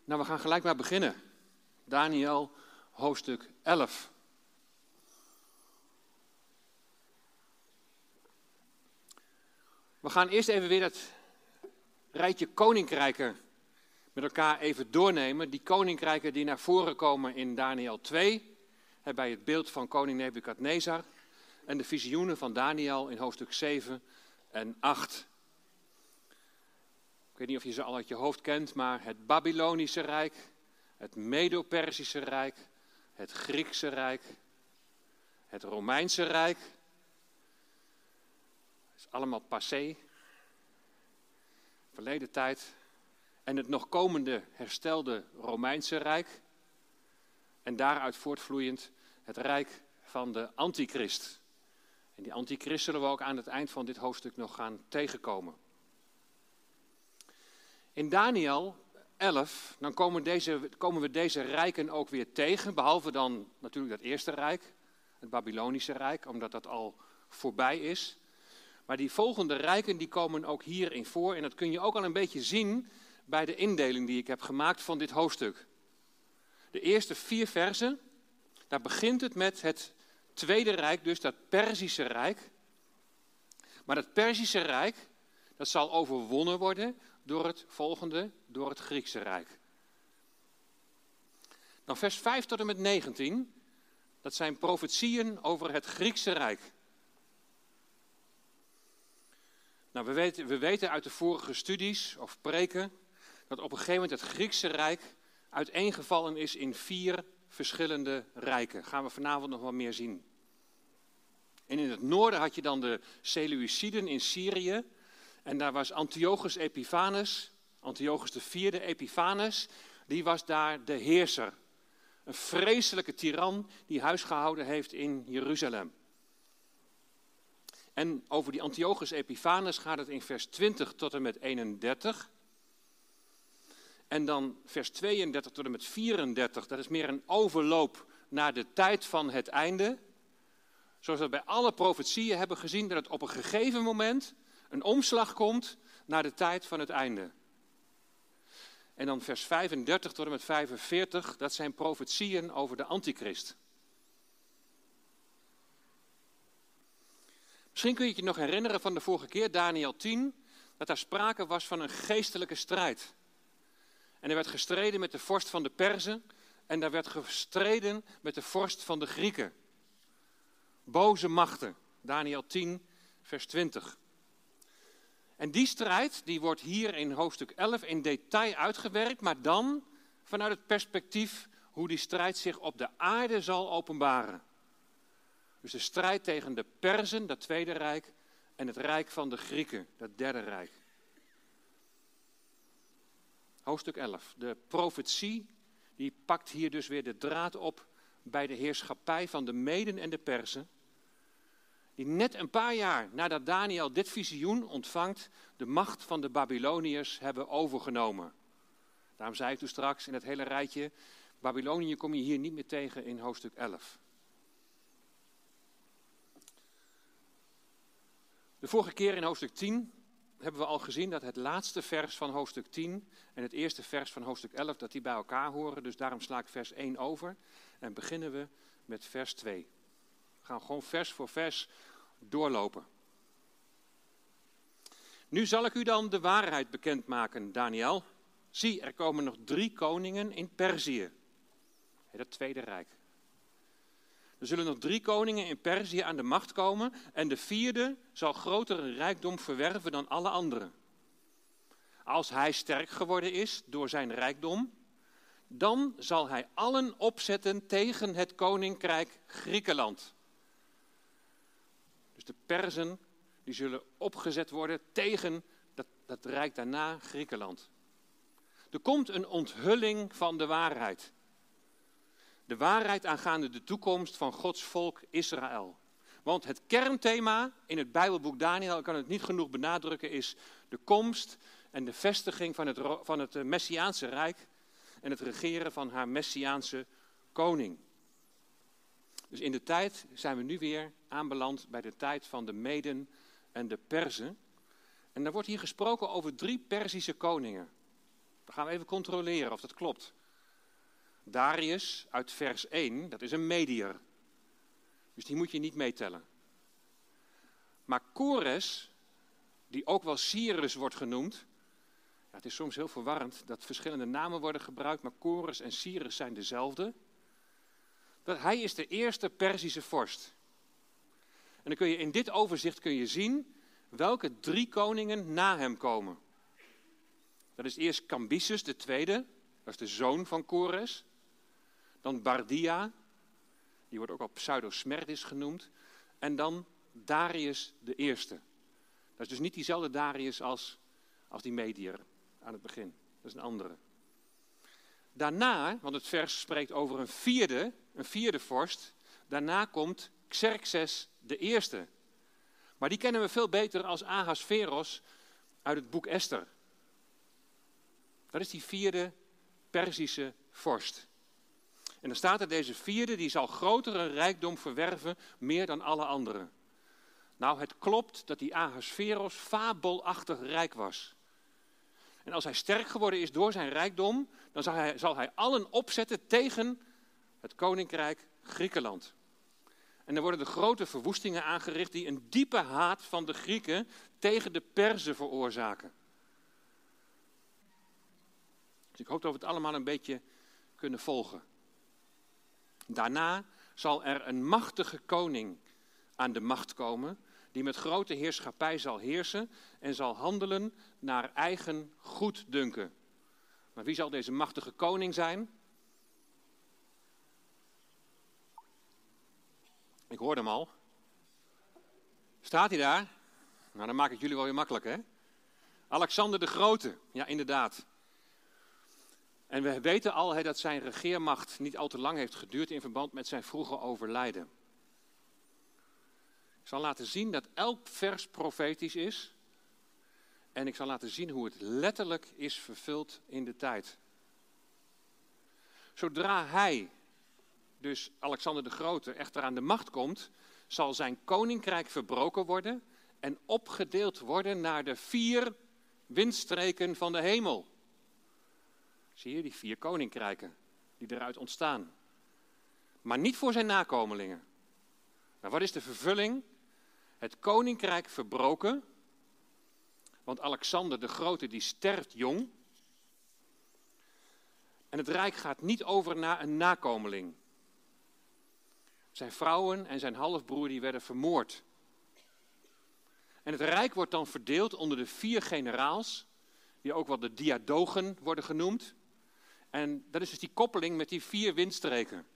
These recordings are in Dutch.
Nou, we gaan gelijk maar beginnen. Daniël, hoofdstuk 11. We gaan eerst even weer dat rijtje koninkrijken met elkaar even doornemen. Die koninkrijken die naar voren komen in Daniël 2, bij het beeld van koning Nebukadnezar. En de visioenen van Daniël in hoofdstuk 7 en 8. Ik weet niet of je ze al uit je hoofd kent, maar het Babylonische Rijk, het Medo-Persische Rijk, het Griekse Rijk, het Romeinse Rijk. Dat is allemaal passé, verleden tijd. En het nog komende herstelde Romeinse Rijk. En daaruit voortvloeiend het Rijk van de Antichrist. En die Antichrist zullen we ook aan het eind van dit hoofdstuk nog gaan tegenkomen. In Daniël 11, dan komen we deze rijken ook weer tegen, behalve dan natuurlijk dat eerste rijk, het Babylonische Rijk, omdat dat al voorbij is. Maar die volgende rijken die komen ook hierin voor en dat kun je ook al een beetje zien bij de indeling die ik heb gemaakt van dit hoofdstuk. De eerste 4 versen, daar begint het met het tweede rijk, dus dat Perzische Rijk. Maar dat Perzische Rijk, dat zal overwonnen worden door het volgende, door het Griekse Rijk. Dan vers 5 tot en met 19, dat zijn profetieën over het Griekse Rijk. Nou, we weten uit de vorige studies of preken dat op een gegeven moment het Griekse Rijk uiteengevallen is in 4 verschillende rijken. Gaan we vanavond nog wat meer zien. En in het noorden had je dan de Seleuciden in Syrië. En daar was Antiochus Epiphanes, Antiochus IV Epiphanes, die was daar de heerser. Een vreselijke tiran die huisgehouden heeft in Jeruzalem. En over die Antiochus Epiphanes gaat het in vers 20 tot en met 31. En dan vers 32 tot en met 34, dat is meer een overloop naar de tijd van het einde. Zoals we bij alle profetieën hebben gezien, dat het op een gegeven moment een omslag komt naar de tijd van het einde. En dan vers 35 tot en met 45, dat zijn profetieën over de Antichrist. Misschien kun je je nog herinneren van de vorige keer, Daniël 10, dat daar sprake was van een geestelijke strijd. En er werd gestreden met de vorst van de Perzen en daar werd gestreden met de vorst van de Grieken. Boze machten, Daniël 10, vers 20. En die strijd die wordt hier in hoofdstuk 11 in detail uitgewerkt, maar dan vanuit het perspectief hoe die strijd zich op de aarde zal openbaren. Dus de strijd tegen de Perzen, dat tweede rijk, en het rijk van de Grieken, dat derde rijk. Hoofdstuk 11. De profetie die pakt hier dus weer de draad op bij de heerschappij van de Meden en de Perzen. Die net een paar jaar nadat Daniël dit visioen ontvangt, de macht van de Babyloniërs hebben overgenomen. Daarom zei ik toen straks in het hele rijtje, Babylonië kom je hier niet meer tegen in hoofdstuk 11. De vorige keer in hoofdstuk 10 hebben we al gezien dat het laatste vers van hoofdstuk 10 en het eerste vers van hoofdstuk 11, dat die bij elkaar horen. Dus daarom sla ik vers 1 over en beginnen we met vers 2. We gaan gewoon vers voor vers doorlopen. Nu zal ik u dan de waarheid bekendmaken, Daniël. Zie, er komen nog 3 koningen in Perzië. Dat tweede rijk. Er zullen nog 3 koningen in Perzië aan de macht komen en de 4e zal grotere rijkdom verwerven dan alle anderen. Als hij sterk geworden is door zijn rijkdom, dan zal hij allen opzetten tegen het koninkrijk Griekenland. Dus de Perzen die zullen opgezet worden tegen dat rijk daarna Griekenland. Er komt een onthulling van de waarheid. De waarheid aangaande de toekomst van Gods volk Israël. Want het kernthema in het Bijbelboek Daniël, ik kan het niet genoeg benadrukken, is de komst en de vestiging van het Messiaanse Rijk en het regeren van haar Messiaanse koning. Dus in de tijd zijn we nu weer aanbeland bij de tijd van de Meden en de Perzen. En er wordt hier gesproken over 3 Perzische koningen. Dan gaan we even controleren of dat klopt. Darius uit vers 1, dat is een Mediër. Dus die moet je niet meetellen. Maar Kores, die ook wel Cyrus wordt genoemd. Ja, het is soms heel verwarrend dat verschillende namen worden gebruikt, maar Kores en Cyrus zijn dezelfde. Hij is de eerste Perzische vorst. En dan kun je in dit overzicht zien welke 3 koningen na hem komen. Dat is eerst Cambyses, de tweede, dat is de zoon van Kores. Dan Bardia, die wordt ook al Pseudo-Smerdis genoemd. En dan Darius de eerste. Dat is dus niet diezelfde Darius als die Mediër aan het begin. Dat is een andere. Daarna, want het vers spreekt over een vierde vorst. Daarna komt Xerxes de eerste. Maar die kennen we veel beter als Ahasveros uit het boek Esther. Dat is die 4e Perzische vorst. En dan staat er, deze 4e, die zal grotere rijkdom verwerven, meer dan alle anderen. Nou, het klopt dat die Ahasveros fabelachtig rijk was. En als hij sterk geworden is door zijn rijkdom, dan zal hij allen opzetten tegen het koninkrijk Griekenland. En dan worden de grote verwoestingen aangericht die een diepe haat van de Grieken tegen de Perzen veroorzaken. Dus ik hoop dat we het allemaal een beetje kunnen volgen. Daarna zal er een machtige koning aan de macht komen, die met grote heerschappij zal heersen en zal handelen naar eigen goeddunken. Maar wie zal deze machtige koning zijn? Ik hoorde hem al. Staat hij daar? Nou, dan maak ik jullie wel weer makkelijk, hè? Alexander de Grote, ja inderdaad. En we weten al dat zijn regeermacht niet al te lang heeft geduurd in verband met zijn vroege overlijden. Ik zal laten zien dat elk vers profetisch is. En ik zal laten zien hoe het letterlijk is vervuld in de tijd. Zodra hij, dus Alexander de Grote, echter aan de macht komt, zal zijn koninkrijk verbroken worden en opgedeeld worden naar de 4 windstreken van de hemel. Zie je, die 4 koninkrijken die eruit ontstaan. Maar niet voor zijn nakomelingen. Nou, wat is de vervulling? Het koninkrijk verbroken, want Alexander de Grote die sterft jong. En het rijk gaat niet over naar een nakomeling. Zijn vrouwen en zijn halfbroer die werden vermoord. En het rijk wordt dan verdeeld onder de 4 generaals, die ook wel de diadogen worden genoemd. En dat is dus die koppeling met die 4 windstreken.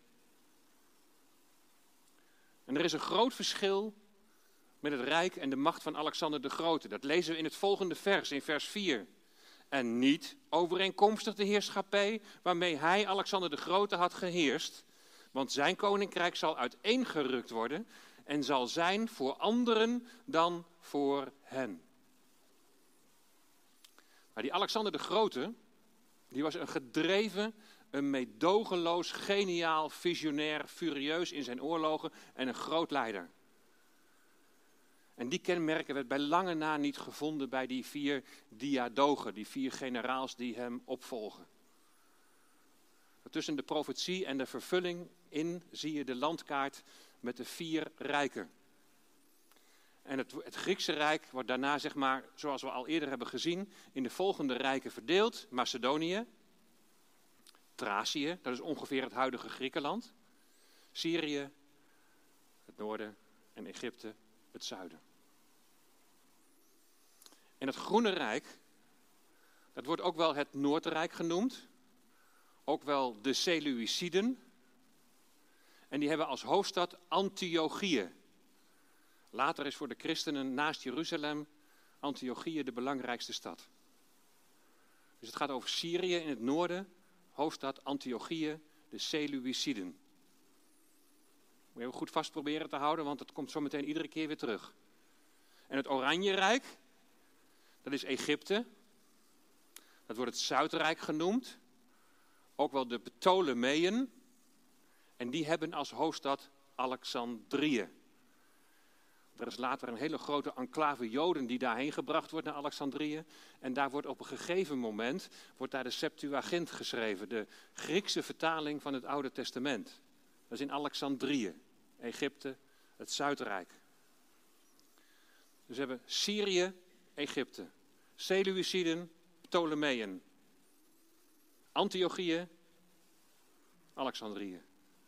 En er is een groot verschil met het rijk en de macht van Alexander de Grote. Dat lezen we in het volgende vers, in vers 4. En niet overeenkomstig de heerschappij waarmee hij, Alexander de Grote, had geheerst. Want zijn koninkrijk zal uiteengerukt worden en zal zijn voor anderen dan voor hen. Maar die Alexander de Grote, die was een gedreven, een meedogenloos, geniaal, visionair, furieus in zijn oorlogen en een groot leider. En die kenmerken werd bij lange na niet gevonden bij die 4 diadogen, die 4 generaals die hem opvolgen. Tussen de profetie en de vervulling in zie je de landkaart met de 4 rijken. En het Griekse rijk wordt daarna, zeg maar, zoals we al eerder hebben gezien, in de volgende rijken verdeeld. Macedonië, Thracië, dat is ongeveer het huidige Griekenland. Syrië, het noorden en Egypte, het zuiden. En het Groene Rijk, dat wordt ook wel het Noordrijk genoemd. Ook wel de Seleuciden. En die hebben als hoofdstad Antiochië. Later is voor de christenen naast Jeruzalem Antiochië de belangrijkste stad. Dus het gaat over Syrië in het noorden, hoofdstad Antiochië, de Seleuciden. Moet je heel goed vast proberen te houden, want het komt zo meteen iedere keer weer terug. En het Oranje Rijk, dat is Egypte. Dat wordt het Zuidrijk genoemd. Ook wel de Ptolemeeën. En die hebben als hoofdstad Alexandrië. Er is later een hele grote enclave Joden die daarheen gebracht wordt naar Alexandrië. En daar wordt op een gegeven moment daar de Septuagint geschreven. De Griekse vertaling van het Oude Testament. Dat is in Alexandrië, Egypte, het Zuidrijk. Dus we hebben Syrië, Egypte. Seleuciden, Ptolemeeën. Antiochië, Alexandrië.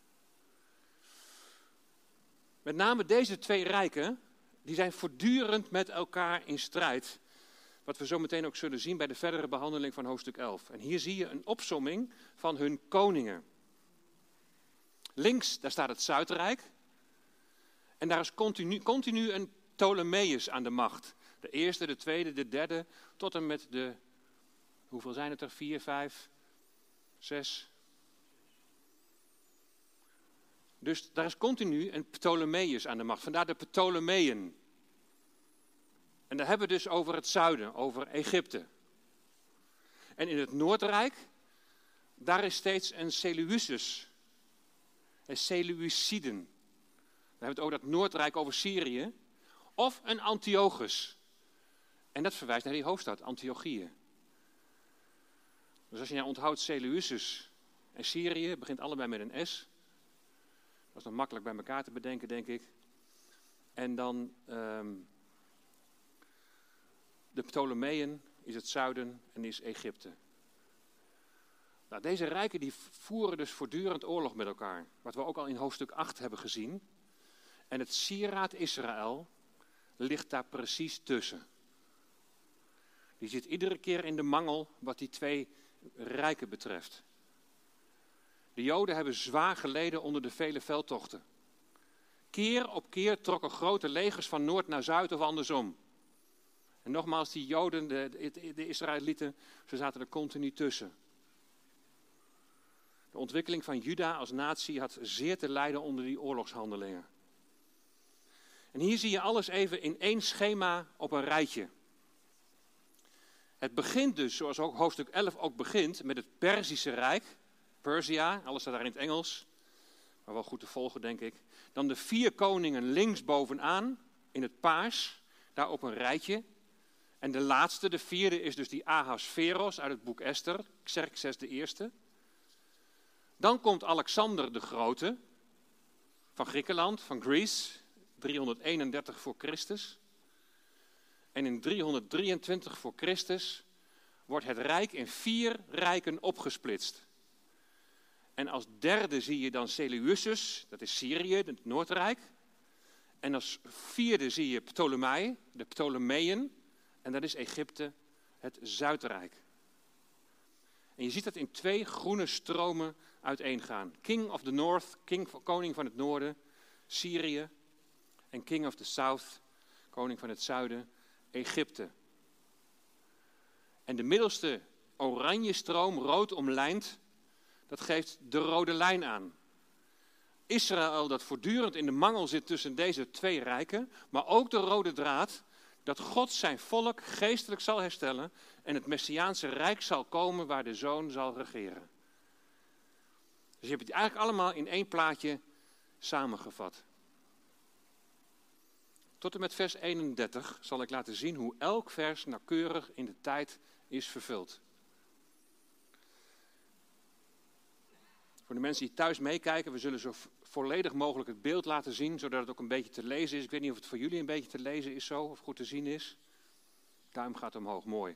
Met name deze twee rijken, die zijn voortdurend met elkaar in strijd. Wat we zo meteen ook zullen zien bij de verdere behandeling van hoofdstuk 11. En hier zie je een opsomming van hun koningen. Links, daar staat het Zuidrijk. En daar is continu een Ptolemeus aan de macht. De eerste, de tweede, de derde, tot en met de, hoeveel zijn het er? 4, 5, 6. Dus daar is continu een Ptolemeus aan de macht. Vandaar de Ptolemeeën. En daar hebben we dus over het zuiden, over Egypte. En in het Noordrijk, daar is steeds een Seleucus. Een Seleuciden. Dan hebben we het over dat Noordrijk, over Syrië. Of een Antiochus. En dat verwijst naar die hoofdstad, Antiochië. Dus als je nou onthoudt Seleucus en Syrië, begint allebei met een S. Dat is nog makkelijk bij elkaar te bedenken, denk ik. En dan de Ptolemeeën is het zuiden en is Egypte. Nou, deze rijken die voeren dus voortdurend oorlog met elkaar. Wat we ook al in hoofdstuk 8 hebben gezien. En het sieraad Israël ligt daar precies tussen. Die zit iedere keer in de mangel wat die twee rijken betreft. De Joden hebben zwaar geleden onder de vele veldtochten. Keer op keer trokken grote legers van noord naar zuid of andersom. En nogmaals, die Joden, de Israëlieten, ze zaten er continu tussen. De ontwikkeling van Juda als natie had zeer te lijden onder die oorlogshandelingen. En hier zie je alles even in één schema op een rijtje. Het begint dus, zoals ook hoofdstuk 11 ook begint, met het Perzische Rijk. Persia, alles staat daar in het Engels. Maar wel goed te volgen, denk ik. Dan de 4 koningen links bovenaan, in het paars, daar op een rijtje. En de laatste, de 4e, is dus die Ahasveros uit het boek Esther, Xerxes de Eerste. Dan komt Alexander de Grote, van Griekenland, van Greece, 331 voor Christus. En in 323 voor Christus wordt het rijk in 4 rijken opgesplitst. En als derde zie je dan Seleucus, dat is Syrië, het Noordrijk. En als 4e zie je Ptolemei, de Ptolemeeën. En dat is Egypte, het Zuidrijk. En je ziet dat in 2 groene stromen uiteengaan. King of the North, koning van het noorden, Syrië. En King of the South, koning van het zuiden, Egypte. En de middelste oranje stroom, rood omlijnd, dat geeft de rode lijn aan. Israël dat voortdurend in de mangel zit tussen deze 2 rijken, maar ook de rode draad dat God zijn volk geestelijk zal herstellen en het Messiaanse rijk zal komen waar de Zoon zal regeren. Dus je hebt het eigenlijk allemaal in één plaatje samengevat. Tot en met vers 31 zal ik laten zien hoe elk vers nauwkeurig in de tijd is vervuld. Voor de mensen die thuis meekijken, we zullen zo volledig mogelijk het beeld laten zien, zodat het ook een beetje te lezen is. Ik weet niet of het voor jullie een beetje te lezen is zo, of goed te zien is. Duim gaat omhoog, mooi.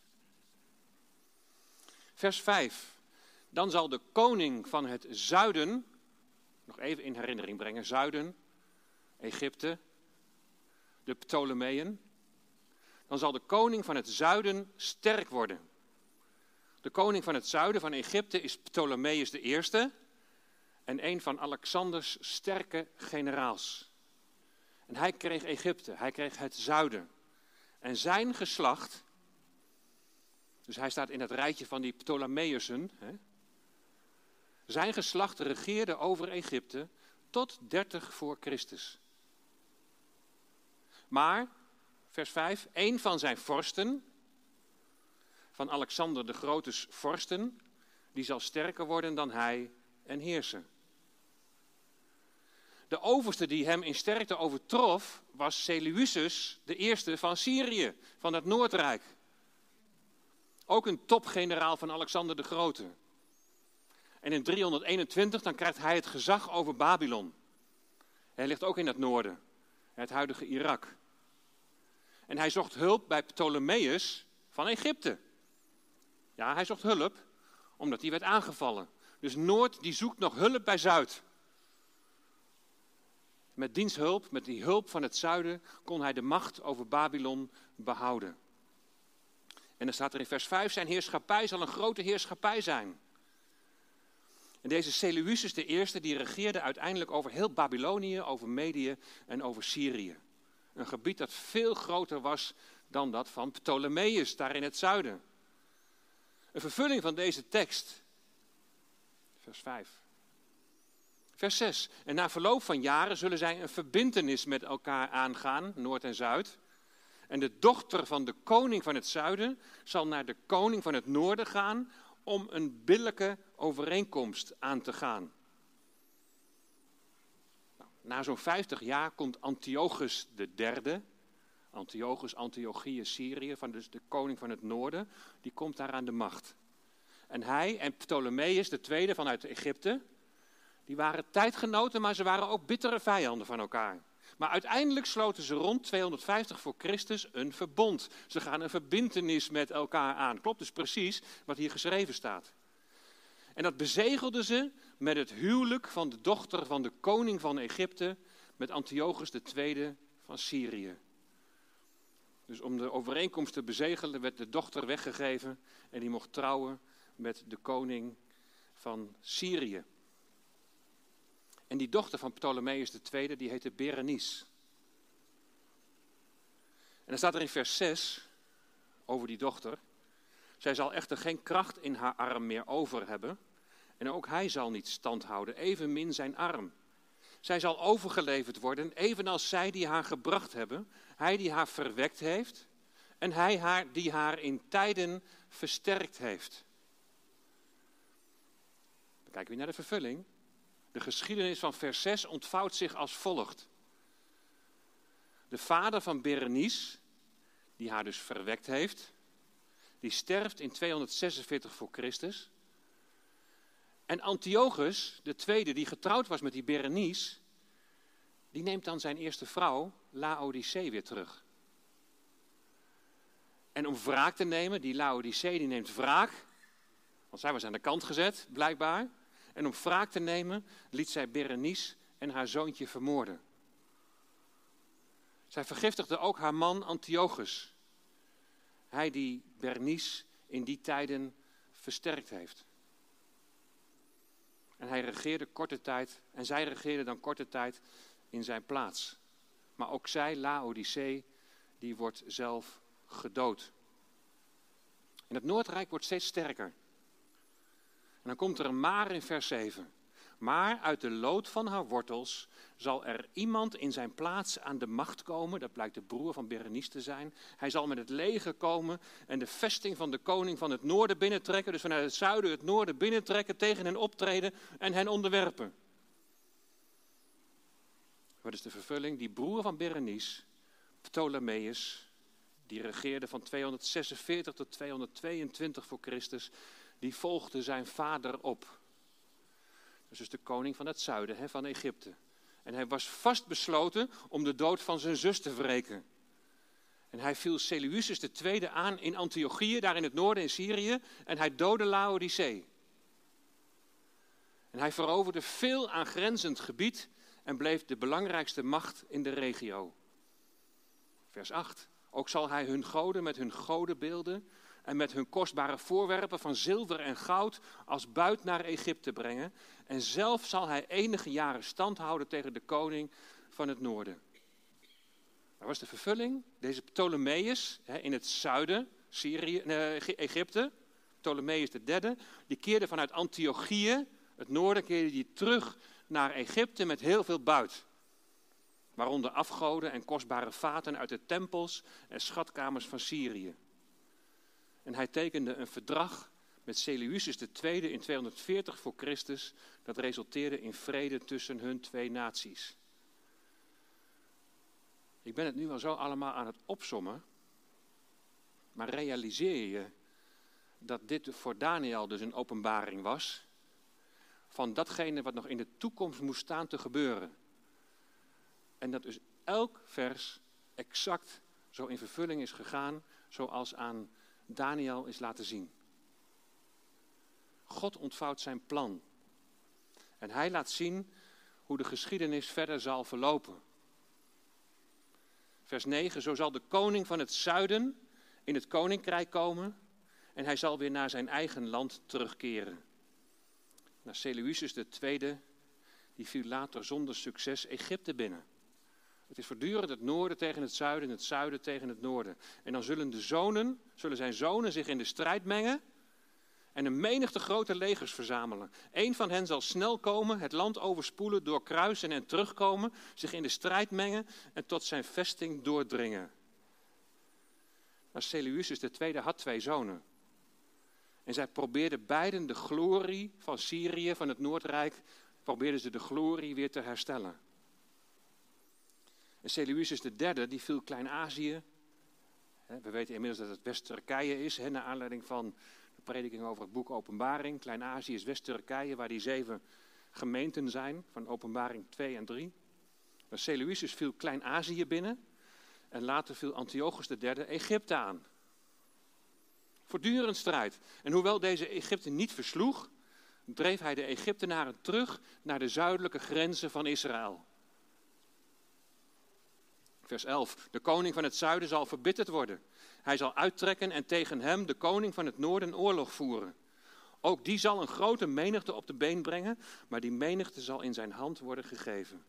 Vers 5. Dan zal de koning van het zuiden, nog even in herinnering brengen, zuiden, Egypte, de Ptolemeeën. Dan zal de koning van het zuiden sterk worden. De koning van het zuiden van Egypte is Ptolemeus de Eerste en een van Alexanders sterke generaals. En hij kreeg Egypte, hij kreeg het zuiden. En zijn geslacht, dus hij staat in het rijtje van die Ptolemeusen, zijn geslacht regeerde over Egypte tot 30 voor Christus. Maar, vers 5, een van zijn vorsten, van Alexander de Grote's vorsten, die zal sterker worden dan hij en heersen. De overste die hem in sterkte overtrof was Seleucus, de eerste van Syrië, van het Noordrijk. Ook een topgeneraal van Alexander de Grote. En in 321 dan krijgt hij het gezag over Babylon. Hij ligt ook in het noorden, het huidige Irak. En hij zocht hulp bij Ptolemeus van Egypte. Ja, hij zocht hulp omdat hij werd aangevallen. Dus Noord die zoekt nog hulp bij Zuid. Met diens hulp, met die hulp van het zuiden, kon hij de macht over Babylon behouden. En dan staat er in vers 5, zijn heerschappij zal een grote heerschappij zijn. En deze Seleucus de eerste, die regeerde uiteindelijk over heel Babylonië, over Medië en over Syrië. Een gebied dat veel groter was dan dat van Ptolemeus, daar in het zuiden. Een vervulling van deze tekst. Vers 5. Vers 6. En na verloop van jaren zullen zij een verbintenis met elkaar aangaan, Noord en Zuid. En de dochter van de koning van het zuiden zal naar de koning van het noorden gaan om een billijke overeenkomst aan te gaan. Na zo'n 50 jaar komt Antiochus III, Antiochieën, Syrië, van dus de koning van het noorden, die komt daar aan de macht. En hij en Ptolemeus II vanuit Egypte, die waren tijdgenoten, maar ze waren ook bittere vijanden van elkaar. Maar uiteindelijk sloten ze rond 250 voor Christus een verbond. Ze gaan een verbintenis met elkaar aan. Klopt dus precies wat hier geschreven staat. En dat bezegelden ze met het huwelijk van de dochter van de koning van Egypte met Antiochus II van Syrië. Dus om de overeenkomst te bezegelen werd de dochter weggegeven en die mocht trouwen met de koning van Syrië. En die dochter van Ptolemeus II, die heette Berenice. En dan staat er in vers 6 over die dochter. Zij zal echter geen kracht in haar arm meer over hebben. En ook hij zal niet stand houden, evenmin zijn arm. Zij zal overgeleverd worden, evenals zij die haar gebracht hebben. Hij die haar verwekt heeft. En hij die haar in tijden versterkt heeft. Dan kijken we naar de vervulling. De geschiedenis van vers 6 ontvouwt zich als volgt. De vader van Berenice, die haar dus verwekt heeft, die sterft in 246 voor Christus. En Antiochus, de tweede, die getrouwd was met die Berenice, die neemt dan zijn eerste vrouw, Laodicee, weer terug. En om wraak te nemen, die Laodicee, die neemt wraak, want zij was aan de kant gezet, blijkbaar. En om wraak te nemen, liet zij Berenice en haar zoontje vermoorden. Zij vergiftigde ook haar man Antiochus. Hij die Berenice in die tijden versterkt heeft. En hij regeerde korte tijd, en zij regeerde dan korte tijd in zijn plaats. Maar ook zij, Laodicee, die wordt zelf gedood. En het Noordrijk wordt steeds sterker. En dan komt er een maar in vers 7. Maar uit de loot van haar wortels zal er iemand in zijn plaats aan de macht komen. Dat blijkt de broer van Berenice te zijn. Hij zal met het leger komen en de vesting van de koning van het noorden binnentrekken. Dus vanuit het zuiden het noorden binnentrekken, tegen hen optreden en hen onderwerpen. Wat is de vervulling? Die broer van Berenice, Ptolemeus, die regeerde van 246 tot 222 voor Christus, die volgde zijn vader op. Dus de koning van het zuiden, van Egypte. En hij was vastbesloten om de dood van zijn zus te wreken. En hij viel Seleucus II aan in Antiochië, daar in het noorden in Syrië. En hij doodde Laodicee. En hij veroverde veel aangrenzend gebied en bleef de belangrijkste macht in de regio. Vers 8. Ook zal hij hun goden met hun godenbeelden en met hun kostbare voorwerpen van zilver en goud als buit naar Egypte brengen. En zelf zal hij enige jaren stand houden tegen de koning van het noorden. Dat was de vervulling. Deze Ptolemeus in het zuiden, Egypte, Ptolemeus III, die keerde vanuit Antiochië, het noorden, keerde die terug naar Egypte met heel veel buit. Waaronder afgoden en kostbare vaten uit de tempels en schatkamers van Syrië. En hij tekende een verdrag met Seleucus II in 240 voor Christus. Dat resulteerde in vrede tussen hun twee naties. Ik ben het nu al zo allemaal aan het opsommen. Maar realiseer je dat dit voor Daniel dus een openbaring was van datgene wat nog in de toekomst moest staan te gebeuren. En dat dus elk vers exact zo in vervulling is gegaan zoals aan Daniel is laten zien. God ontvouwt zijn plan. En hij laat zien hoe de geschiedenis verder zal verlopen. Vers 9, zo zal de koning van het zuiden in het koninkrijk komen en hij zal weer naar zijn eigen land terugkeren. Nou, Seleucus II, die viel later zonder succes Egypte binnen. Het is voortdurend het noorden tegen het zuiden tegen het noorden. En dan zullen zijn zonen zich in de strijd mengen en een menigte grote legers verzamelen. Eén van hen zal snel komen, het land overspoelen, doorkruisen en terugkomen, zich in de strijd mengen en tot zijn vesting doordringen. Maar Seleucus II had 2 zonen. En zij probeerden beiden de glorie van Syrië, van het Noordrijk, probeerden ze de glorie weer te herstellen. En Seleucus III, die viel Klein-Azië. We weten inmiddels dat het West-Turkije is, naar aanleiding van de prediking over het boek Openbaring. Klein-Azië is West-Turkije, waar die 7 gemeenten zijn, van Openbaring 2 en 3. Maar Seleucus viel Klein-Azië binnen en later viel Antiochus III Egypte aan. Voortdurend strijd. En hoewel deze Egypte niet versloeg, dreef hij de Egyptenaren terug naar de zuidelijke grenzen van Israël. Vers 11. De koning van het zuiden zal verbitterd worden. Hij zal uittrekken en tegen hem, de koning van het noorden, oorlog voeren. Ook die zal een grote menigte op de been brengen, maar die menigte zal in zijn hand worden gegeven.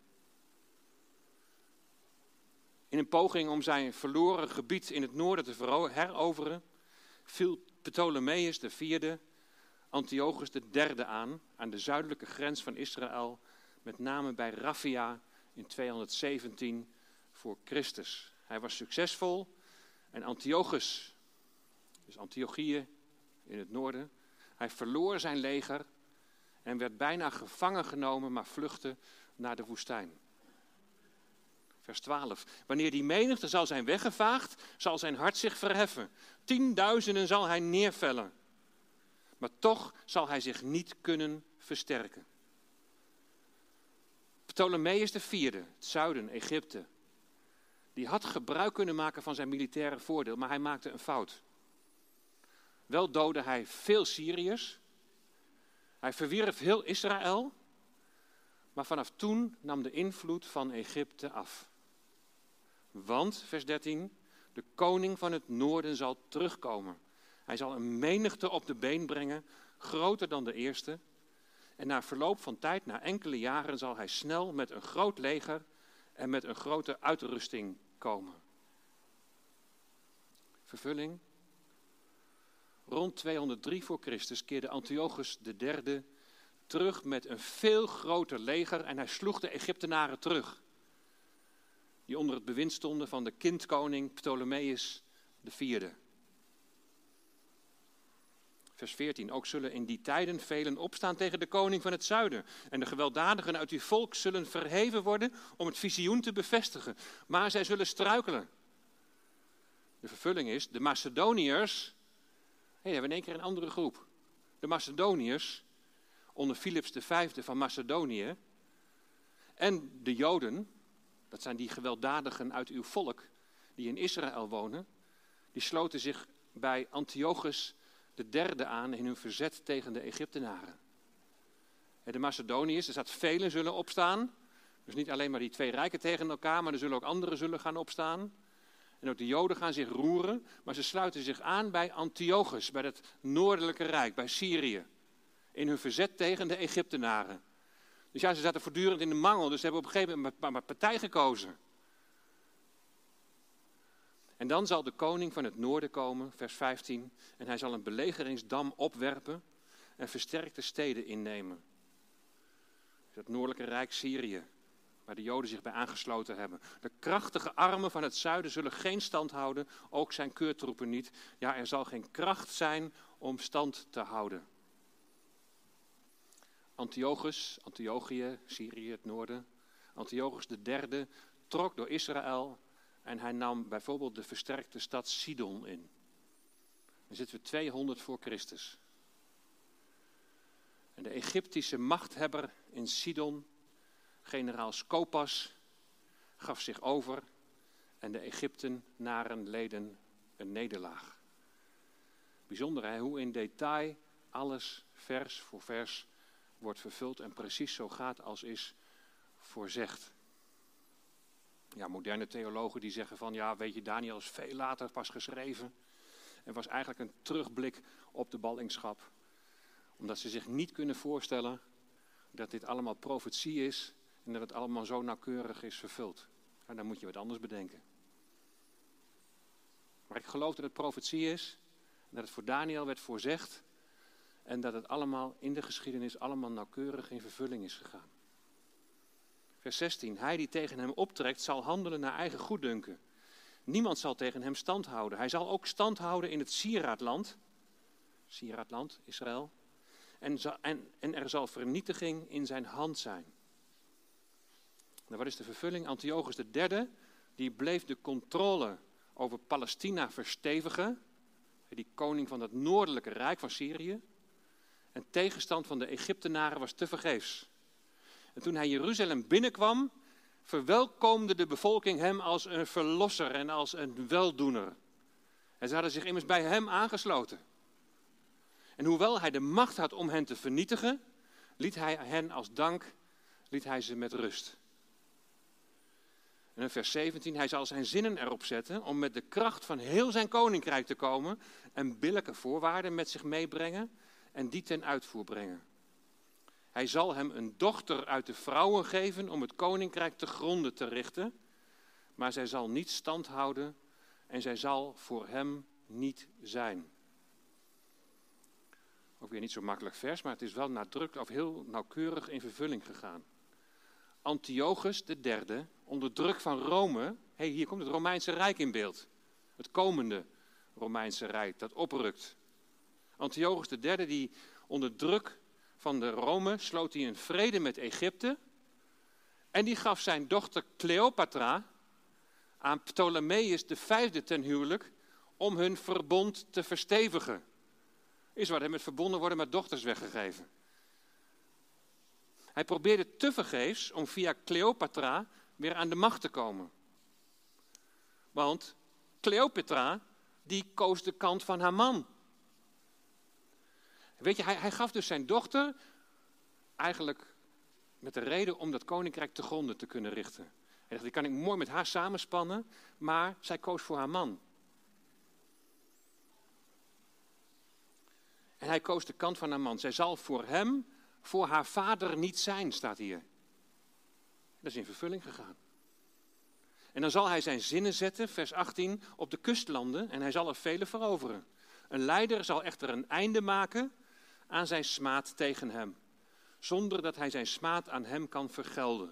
In een poging om zijn verloren gebied in het noorden te heroveren, viel Ptolemeus IV Antiochus III aan de zuidelijke grens van Israël, met name bij Raphia in 217 voor Christus. Hij was succesvol en Antiochus, dus Antiochië in het noorden, hij verloor zijn leger en werd bijna gevangen genomen, maar vluchtte naar de woestijn. Vers 12. Wanneer die menigte zal zijn weggevaagd, zal zijn hart zich verheffen. 10.000 zal hij neervellen. Maar toch zal hij zich niet kunnen versterken. Ptolemeus IV, het zuiden, Egypte, die had gebruik kunnen maken van zijn militaire voordeel, maar hij maakte een fout. Wel doodde hij veel Syriërs. Hij verwierf heel Israël. Maar vanaf toen nam de invloed van Egypte af. Want, vers 13, de koning van het noorden zal terugkomen. Hij zal een menigte op de been brengen, groter dan de eerste. En na verloop van tijd, na enkele jaren, zal hij snel met een groot leger en met een grote uitrusting komen. Vervulling. Rond 203 voor Christus keerde Antiochus III terug met een veel groter leger en hij sloeg de Egyptenaren terug, die onder het bewind stonden van de kindkoning Ptolemeus IV. Vers 14. Ook zullen in die tijden velen opstaan tegen de koning van het zuiden. En de gewelddadigen uit uw volk zullen verheven worden om het visioen te bevestigen. Maar zij zullen struikelen. De vervulling is, de Macedoniërs. We hebben in één keer een andere groep. De Macedoniërs, onder Philips V van Macedonië. En de Joden, dat zijn die gewelddadigen uit uw volk die in Israël wonen. Die sloten zich bij Antiochus III aan in hun verzet tegen de Egyptenaren. De Macedoniërs, er staat velen zullen opstaan. Dus niet alleen maar die 2 rijken tegen elkaar, maar er zullen ook anderen gaan opstaan. En ook de Joden gaan zich roeren, maar ze sluiten zich aan bij Antiochus, bij het noordelijke rijk, bij Syrië. In hun verzet tegen de Egyptenaren. Dus ja, ze zaten voortdurend in de mangel, dus ze hebben op een gegeven moment maar partij gekozen. En dan zal de koning van het noorden komen, vers 15, en hij zal een belegeringsdam opwerpen en versterkte steden innemen. Het noordelijke rijk Syrië, waar de Joden zich bij aangesloten hebben. De krachtige armen van het zuiden zullen geen stand houden, ook zijn keurtroepen niet. Ja, er zal geen kracht zijn om stand te houden. Antiochië, Syrië, het noorden. Antiochus III trok door Israël en hij nam bijvoorbeeld de versterkte stad Sidon in. Dan zitten we 200 voor Christus. En de Egyptische machthebber in Sidon, generaal Skopas, gaf zich over en de Egyptenaren leden een nederlaag. Bijzonder hè, hoe in detail alles vers voor vers wordt vervuld en precies zo gaat als is voorzegd. Ja, moderne theologen die zeggen van ja, weet je, Daniel is veel later pas geschreven en was eigenlijk een terugblik op de ballingschap. Omdat ze zich niet kunnen voorstellen dat dit allemaal profetie is en dat het allemaal zo nauwkeurig is vervuld. Nou, dan moet je wat anders bedenken. Maar ik geloof dat het profetie is, dat het voor Daniel werd voorzegd en dat het allemaal in de geschiedenis allemaal nauwkeurig in vervulling is gegaan. Vers 16. Hij die tegen hem optrekt zal handelen naar eigen goeddunken. Niemand zal tegen hem stand houden. Hij zal ook stand houden in het Sieraadland, Israël. En er zal vernietiging in zijn hand zijn. Nou, wat is de vervulling? Antiochus III, die bleef de controle over Palestina verstevigen. Die koning van het noordelijke rijk van Syrië. En tegenstand van de Egyptenaren was tevergeefs. En toen hij Jeruzalem binnenkwam, verwelkomde de bevolking hem als een verlosser en als een weldoener. En ze hadden zich immers bij hem aangesloten. En hoewel hij de macht had om hen te vernietigen, liet hij hen als dank, ze met rust. En in vers 17, hij zal zijn zinnen erop zetten om met de kracht van heel zijn koninkrijk te komen en billijke voorwaarden met zich meebrengen en die ten uitvoer brengen. Hij zal hem een dochter uit de vrouwen geven om het koninkrijk te gronde te richten, maar zij zal niet stand houden en zij zal voor hem niet zijn. Ook weer niet zo makkelijk vers, maar het is wel nadrukkelijk of heel nauwkeurig in vervulling gegaan. Antiochus III, onder druk van Rome, hier komt het Romeinse Rijk in beeld. Het komende Romeinse Rijk dat oprukt. Antiochus III, die onder druk van de Rome sloot hij een vrede met Egypte. En die gaf zijn dochter Cleopatra aan Ptolemeus V ten huwelijk om hun verbond te verstevigen. Is wat, met verbonden worden met dochters weggegeven. Hij probeerde tevergeefs om via Cleopatra weer aan de macht te komen. Want Cleopatra, die koos de kant van haar man. Weet je, hij gaf dus zijn dochter eigenlijk met de reden om dat koninkrijk te gronden te kunnen richten. Hij dacht, die kan ik mooi met haar samenspannen, maar zij koos voor haar man. En hij koos de kant van haar man. Zij zal voor hem, voor haar vader niet zijn, staat hier. Dat is in vervulling gegaan. En dan zal hij zijn zinnen zetten, vers 18, op de kustlanden en hij zal er vele veroveren. Een leider zal echter een einde maken aan zijn smaad tegen hem, zonder dat hij zijn smaad aan hem kan vergelden.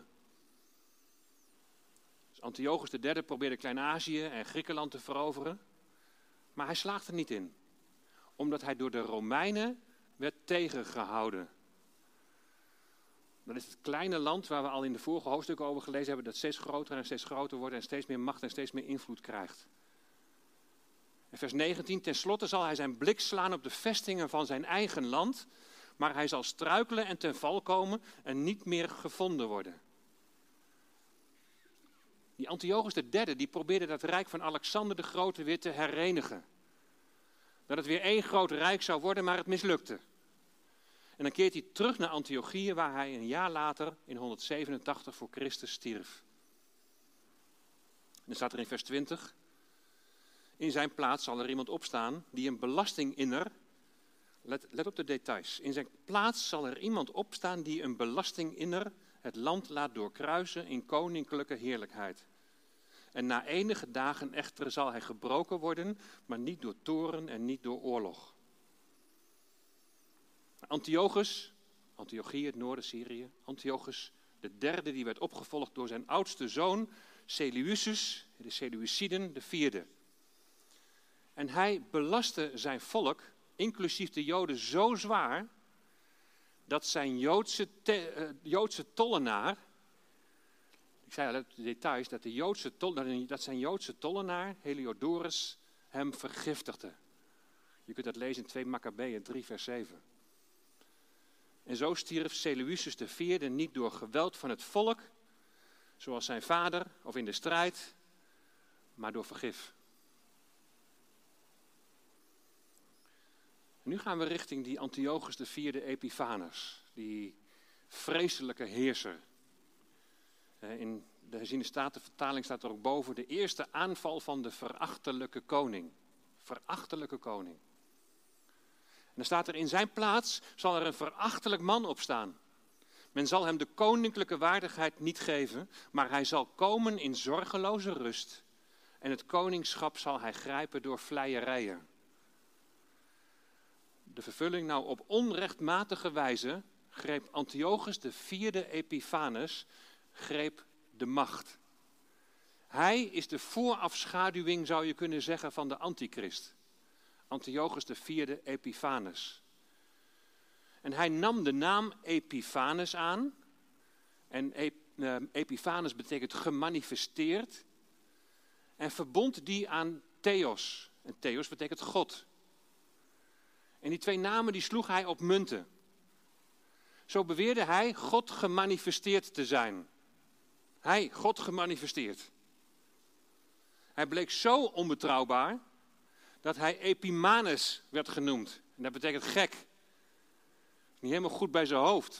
Dus Antiochus III probeerde Klein-Azië en Griekenland te veroveren, maar hij slaagde er niet in, omdat hij door de Romeinen werd tegengehouden. Dat is het kleine land waar we al in de vorige hoofdstukken over gelezen hebben, dat steeds groter en steeds groter wordt en steeds meer macht en steeds meer invloed krijgt. In vers 19, tenslotte zal hij zijn blik slaan op de vestingen van zijn eigen land, maar hij zal struikelen en ten val komen en niet meer gevonden worden. Die Antiochus III, die probeerde dat rijk van Alexander de Grote weer te herenigen. Dat het weer één groot rijk zou worden, maar het mislukte. En dan keert hij terug naar Antiochië, waar hij een jaar later, in 187 voor Christus, stierf. En dan staat er in vers 20... In zijn plaats zal er iemand opstaan die een belastinginner, let op de details. In zijn plaats zal er iemand opstaan die een belastinginner het land laat doorkruisen in koninklijke heerlijkheid. En na enige dagen echter zal hij gebroken worden, maar niet door toorn en niet door oorlog. Antiochië, het noorden Syrië, Antiochus III, die werd opgevolgd door zijn oudste zoon, Seleucus, de Seleuciden, de vierde. En hij belastte zijn volk inclusief de Joden, zo zwaar dat zijn Joodse tollenaar, ik zei al de details, dat zijn Joodse tollenaar, Heliodorus, hem vergiftigde. Je kunt dat lezen in 2 Makkabeeën 3 vers 7. En zo stierf Seleucus IV niet door geweld van het volk, zoals zijn vader of in de strijd, maar door vergif. En nu gaan we richting die Antiochus IV Epiphanes, die vreselijke heerser. In de herziene statenvertaling staat er ook boven de eerste aanval van de verachtelijke koning. Verachtelijke koning. En dan staat er in zijn plaats zal er een verachtelijk man opstaan. Men zal hem de koninklijke waardigheid niet geven, maar hij zal komen in zorgeloze rust. En het koningschap zal hij grijpen door vleierijen. De vervulling nou op onrechtmatige wijze greep Antiochus IV Epiphanes greep de macht. Hij is de voorafschaduwing, zou je kunnen zeggen, van de antichrist. Antiochus IV Epiphanes. En hij nam de naam Epiphanes aan. En Epiphanes betekent gemanifesteerd. En verbond die aan Theos. En Theos betekent God. En die 2 namen die sloeg hij op munten. Zo beweerde hij God gemanifesteerd te zijn. Hij, God gemanifesteerd. Hij bleek zo onbetrouwbaar dat hij Epimanes werd genoemd. En dat betekent gek. Niet helemaal goed bij zijn hoofd.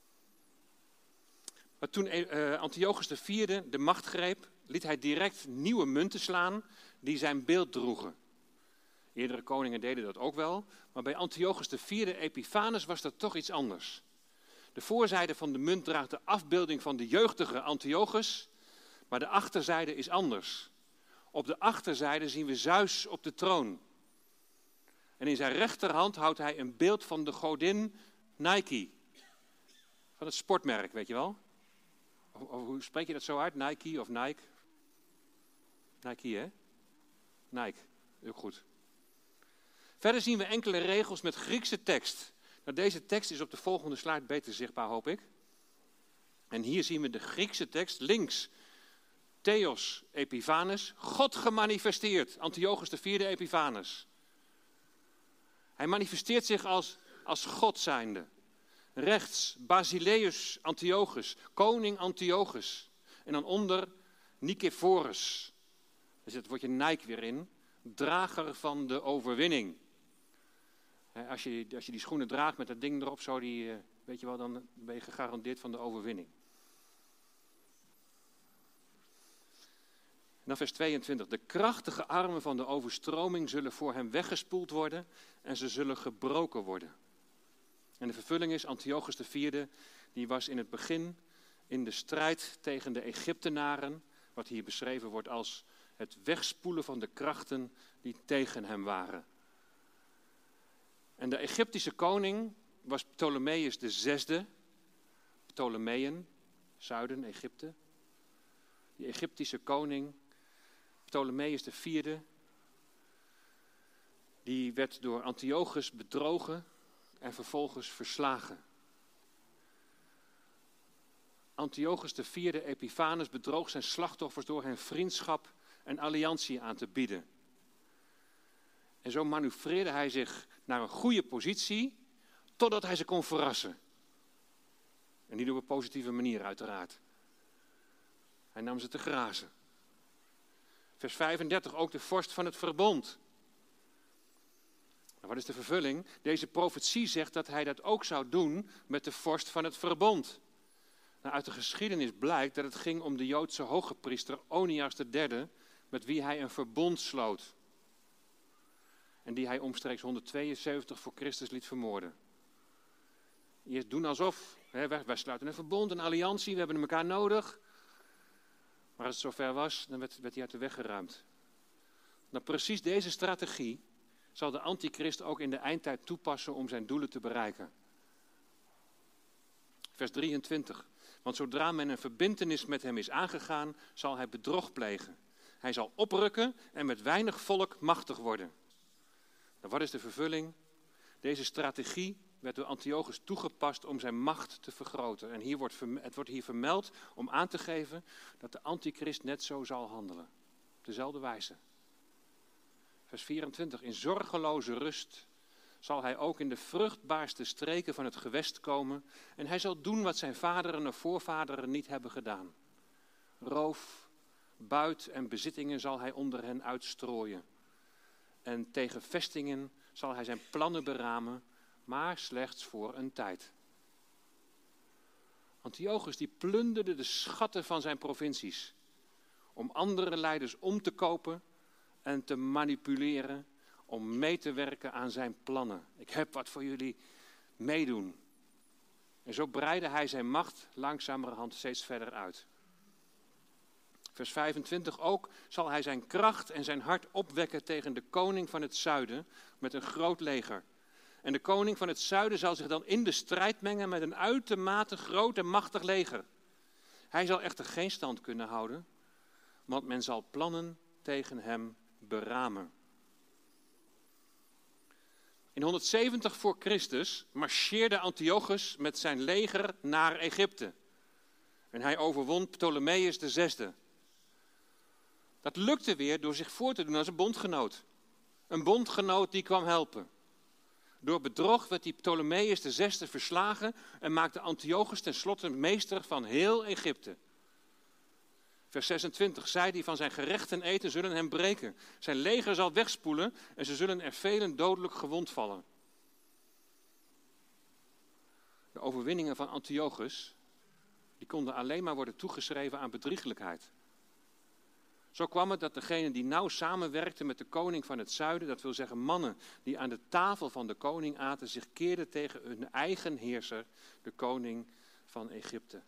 Maar toen Antiochus IV de macht greep, liet hij direct nieuwe munten slaan die zijn beeld droegen. Eerdere koningen deden dat ook wel, maar bij Antiochus IV Epiphanes was dat toch iets anders. De voorzijde van de munt draagt de afbeelding van de jeugdige Antiochus, maar de achterzijde is anders. Op de achterzijde zien we Zeus op de troon. En in zijn rechterhand houdt hij een beeld van de godin Nike. Van het sportmerk, weet je wel? Of hoe spreek je dat zo uit? Nike of Nike? Nike, hè? Nike, heel goed. Verder zien we enkele regels met Griekse tekst. Nou, deze tekst is op de volgende slide beter zichtbaar, hoop ik. En hier zien we de Griekse tekst links. Theos Epiphanes, God gemanifesteerd. Antiochus IV Epiphanes. Hij manifesteert zich als God zijnde. Rechts Basileus Antiochus, koning Antiochus. En dan onder Nicephorus. Er zit het woordje Nike weer in. Drager van de overwinning. Als je die schoenen draagt met dat ding erop, zo weet je wel, dan ben je gegarandeerd van de overwinning. En dan vers 22. De krachtige armen van de overstroming zullen voor hem weggespoeld worden en ze zullen gebroken worden. En de vervulling is, Antiochus IV, die was in het begin in de strijd tegen de Egyptenaren, wat hier beschreven wordt als het wegspoelen van de krachten die tegen hem waren. En de Egyptische koning was Ptolemeus VI. Ptolemeën, zuiden, Egypte. Die Egyptische koning, Ptolemeus IV, die werd door Antiochus bedrogen en vervolgens verslagen. Antiochus IV Epiphanes bedroog zijn slachtoffers door hen vriendschap en alliantie aan te bieden. En zo manoeuvreerde hij zich naar een goede positie, totdat hij ze kon verrassen. En niet op een positieve manier uiteraard. Hij nam ze te grazen. Vers 35, ook de vorst van het verbond. Nou, wat is de vervulling? Deze profetie zegt dat hij dat ook zou doen met de vorst van het verbond. Nou, uit de geschiedenis blijkt dat het ging om de Joodse hogepriester Onias III, met wie hij een verbond sloot. En die hij omstreeks 172 voor Christus liet vermoorden. Eerst doen alsof, wij sluiten een verbond, een alliantie, we hebben elkaar nodig. Maar als het zover was, dan werd hij uit de weg geruimd. Nou, precies deze strategie zal de antichrist ook in de eindtijd toepassen om zijn doelen te bereiken. Vers 23. Want zodra men een verbintenis met hem is aangegaan, zal hij bedrog plegen. Hij zal oprukken en met weinig volk machtig worden. Nou, wat is de vervulling? Deze strategie werd door Antiochus toegepast om zijn macht te vergroten. En het wordt hier vermeld om aan te geven dat de antichrist net zo zal handelen. Op dezelfde wijze. Vers 24. In zorgeloze rust zal hij ook in de vruchtbaarste streken van het gewest komen. En hij zal doen wat zijn vaderen of voorvaderen niet hebben gedaan. Roof, buit en bezittingen zal hij onder hen uitstrooien. En tegen vestingen zal hij zijn plannen beramen, maar slechts voor een tijd. Antiochus die plunderde de schatten van zijn provincies. Om andere leiders om te kopen en te manipuleren. Om mee te werken aan zijn plannen. Ik heb wat voor jullie meedoen. En zo breidde hij zijn macht langzamerhand steeds verder uit. Vers 25 ook zal hij zijn kracht en zijn hart opwekken tegen de koning van het zuiden met een groot leger. En de koning van het zuiden zal zich dan in de strijd mengen met een uitermate groot en machtig leger. Hij zal echter geen stand kunnen houden, want men zal plannen tegen hem beramen. In 170 voor Christus marcheerde Antiochus met zijn leger naar Egypte. En hij overwon Ptolemeus VI. Dat lukte weer door zich voor te doen als een bondgenoot. Een bondgenoot die kwam helpen. Door bedrog werd die Ptolemeus VI verslagen en maakte Antiochus tenslotte meester van heel Egypte. Vers 26, zij die van zijn gerechten eten zullen hem breken. Zijn leger zal wegspoelen en ze zullen er velen dodelijk gewond vallen. De overwinningen van Antiochus, die konden alleen maar worden toegeschreven aan bedrieglijkheid. Zo kwam het dat degenen die nauw samenwerkten met de koning van het zuiden, dat wil zeggen mannen die aan de tafel van de koning aten, zich keerden tegen hun eigen heerser, de koning van Egypte.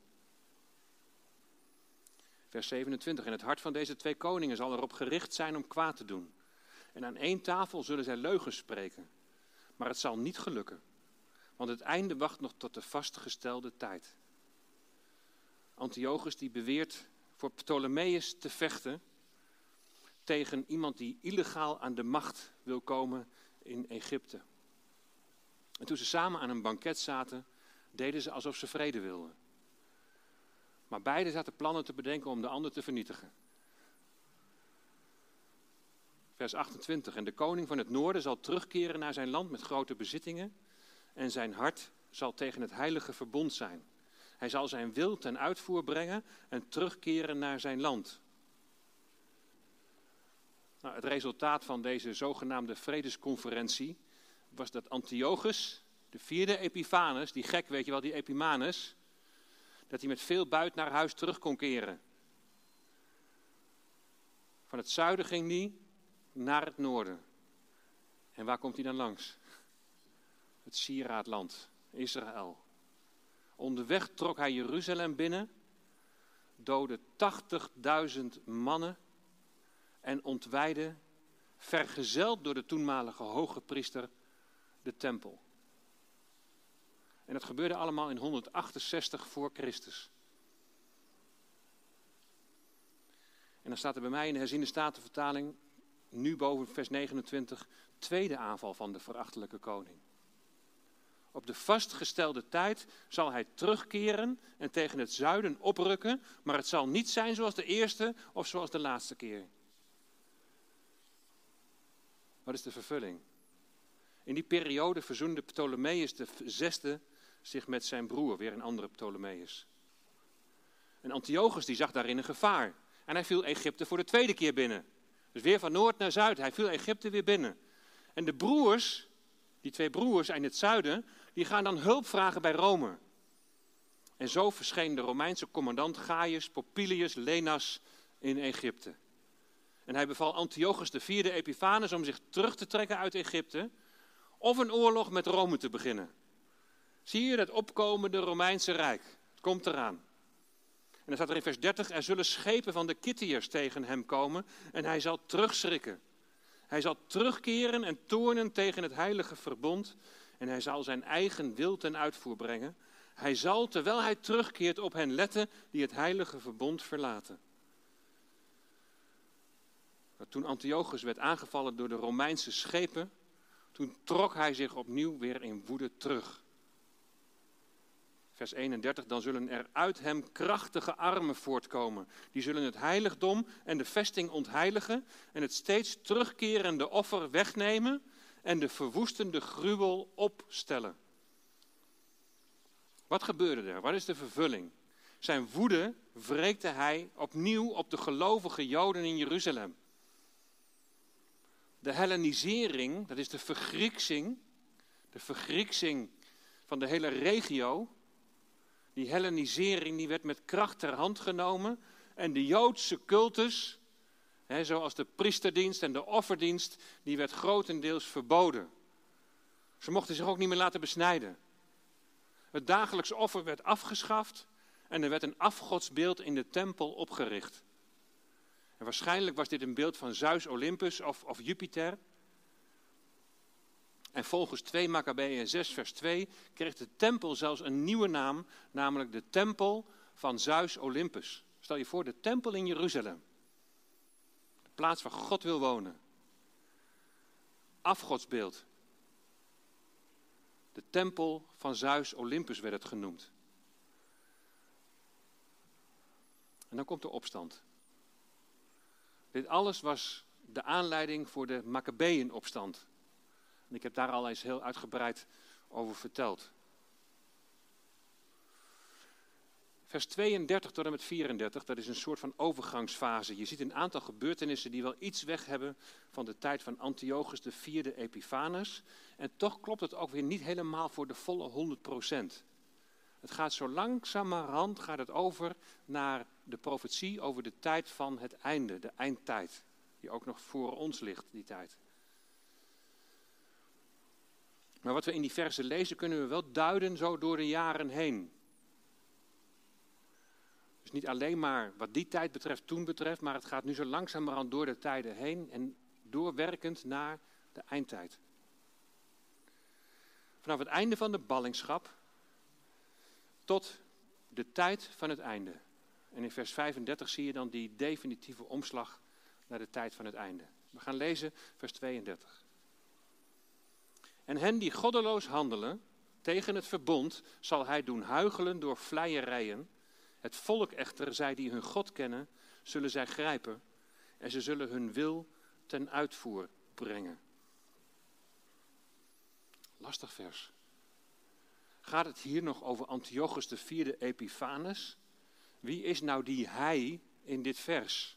Vers 27, en het hart van deze twee koningen zal erop gericht zijn om kwaad te doen. En aan één tafel zullen zij leugens spreken. Maar het zal niet gelukken, want het einde wacht nog tot de vastgestelde tijd. Antiochus die beweert voor Ptolemeus te vechten tegen iemand die illegaal aan de macht wil komen in Egypte. En toen ze samen aan een banket zaten, deden ze alsof ze vrede wilden. Maar beiden zaten plannen te bedenken om de ander te vernietigen. Vers 28. En de koning van het noorden zal terugkeren naar zijn land met grote bezittingen. En zijn hart zal tegen het heilige verbond zijn. Hij zal zijn wil ten uitvoer brengen en terugkeren naar zijn land. Nou, het resultaat van deze zogenaamde vredesconferentie was dat Antiochus, de vierde Epiphanes, die gek weet je wel, die Epimanes, dat hij met veel buit naar huis terug kon keren. Van het zuiden ging hij naar het noorden. En waar komt hij dan langs? Het sieraadland, Israël. Onderweg trok hij Jeruzalem binnen, doodde 80.000 mannen en ontwijdde, vergezeld door de toenmalige hoge priester, de tempel. En dat gebeurde allemaal in 168 voor Christus. En dan staat er bij mij in de herziene statenvertaling, nu boven vers 29, tweede aanval van de verachtelijke koning. Op de vastgestelde tijd zal hij terugkeren en tegen het zuiden oprukken, maar het zal niet zijn zoals de eerste of zoals de laatste keer. Wat is de vervulling? In die periode verzoende Ptolemeus VI zich met zijn broer, weer een andere Ptolemeus. En Antiochus die zag daarin een gevaar. En hij viel Egypte voor de tweede keer binnen. Dus weer van noord naar zuid, hij viel Egypte weer binnen. En de broers, die twee broers in het zuiden, die gaan dan hulp vragen bij Rome. En zo verscheen de Romeinse commandant Gaius Popilius Lenas in Egypte. En hij beval Antiochus de vierde Epiphanes om zich terug te trekken uit Egypte of een oorlog met Rome te beginnen. Zie je dat opkomende Romeinse Rijk? Het komt eraan. En dan staat er in vers 30, er zullen schepen van de Kittiërs tegen hem komen en hij zal terugschrikken. Hij zal terugkeren en toornen tegen het heilige verbond en hij zal zijn eigen wil ten uitvoer brengen. Hij zal, terwijl hij terugkeert, op hen letten die het heilige verbond verlaten. Toen Antiochus werd aangevallen door de Romeinse schepen, Toen trok hij zich opnieuw weer in woede terug. Vers 31, dan zullen er uit hem krachtige armen voortkomen. Die zullen het heiligdom en de vesting ontheiligen en het steeds terugkerende offer wegnemen en de verwoestende gruwel opstellen. Wat gebeurde er? Wat is de vervulling? Zijn woede wreekte hij opnieuw op de gelovige Joden in Jeruzalem. De Hellenisering, dat is de vergrieksing van de hele regio. Die Hellenisering die werd met kracht ter hand genomen. En de Joodse cultus, zoals de priesterdienst en de offerdienst, die werd grotendeels verboden. Ze mochten zich ook niet meer laten besnijden. Het dagelijks offer werd afgeschaft en er werd een afgodsbeeld in de tempel opgericht. En waarschijnlijk was dit een beeld van Zeus Olympus of Jupiter. En volgens 2 Makkabeeën 6 vers 2 kreeg de tempel zelfs een nieuwe naam, namelijk de tempel van Zeus Olympus. Stel je voor, de tempel in Jeruzalem. De plaats waar God wil wonen. Afgodsbeeld. De tempel van Zeus Olympus werd het genoemd. En dan komt de opstand. Dit alles was de aanleiding voor de Makkabeeënopstand. En ik heb daar al eens heel uitgebreid over verteld. Vers 32 tot en met 34, dat is een soort van overgangsfase. Je ziet een aantal gebeurtenissen die wel iets weg hebben van de tijd van Antiochus IV Epiphanes. En toch klopt het ook weer niet helemaal voor de volle 100%. Het gaat zo langzamerhand over naar de profetie over de tijd van het einde, de eindtijd. Die ook nog voor ons ligt, die tijd. Maar wat we in die versen lezen kunnen we wel duiden zo door de jaren heen. Dus niet alleen maar wat die tijd betreft, toen betreft, maar het gaat nu zo langzamerhand door de tijden heen en doorwerkend naar de eindtijd. Vanaf het einde van de ballingschap tot de tijd van het einde. En in vers 35 zie je dan die definitieve omslag naar de tijd van het einde. We gaan lezen vers 32. En hen die goddeloos handelen tegen het verbond zal hij doen huichelen door vleierijen. Het volk echter, zij die hun God kennen, zullen zij grijpen en ze zullen hun wil ten uitvoer brengen. Lastig vers. Gaat het hier nog over Antiochus IV Epiphanes? Wie is nou die hij in dit vers?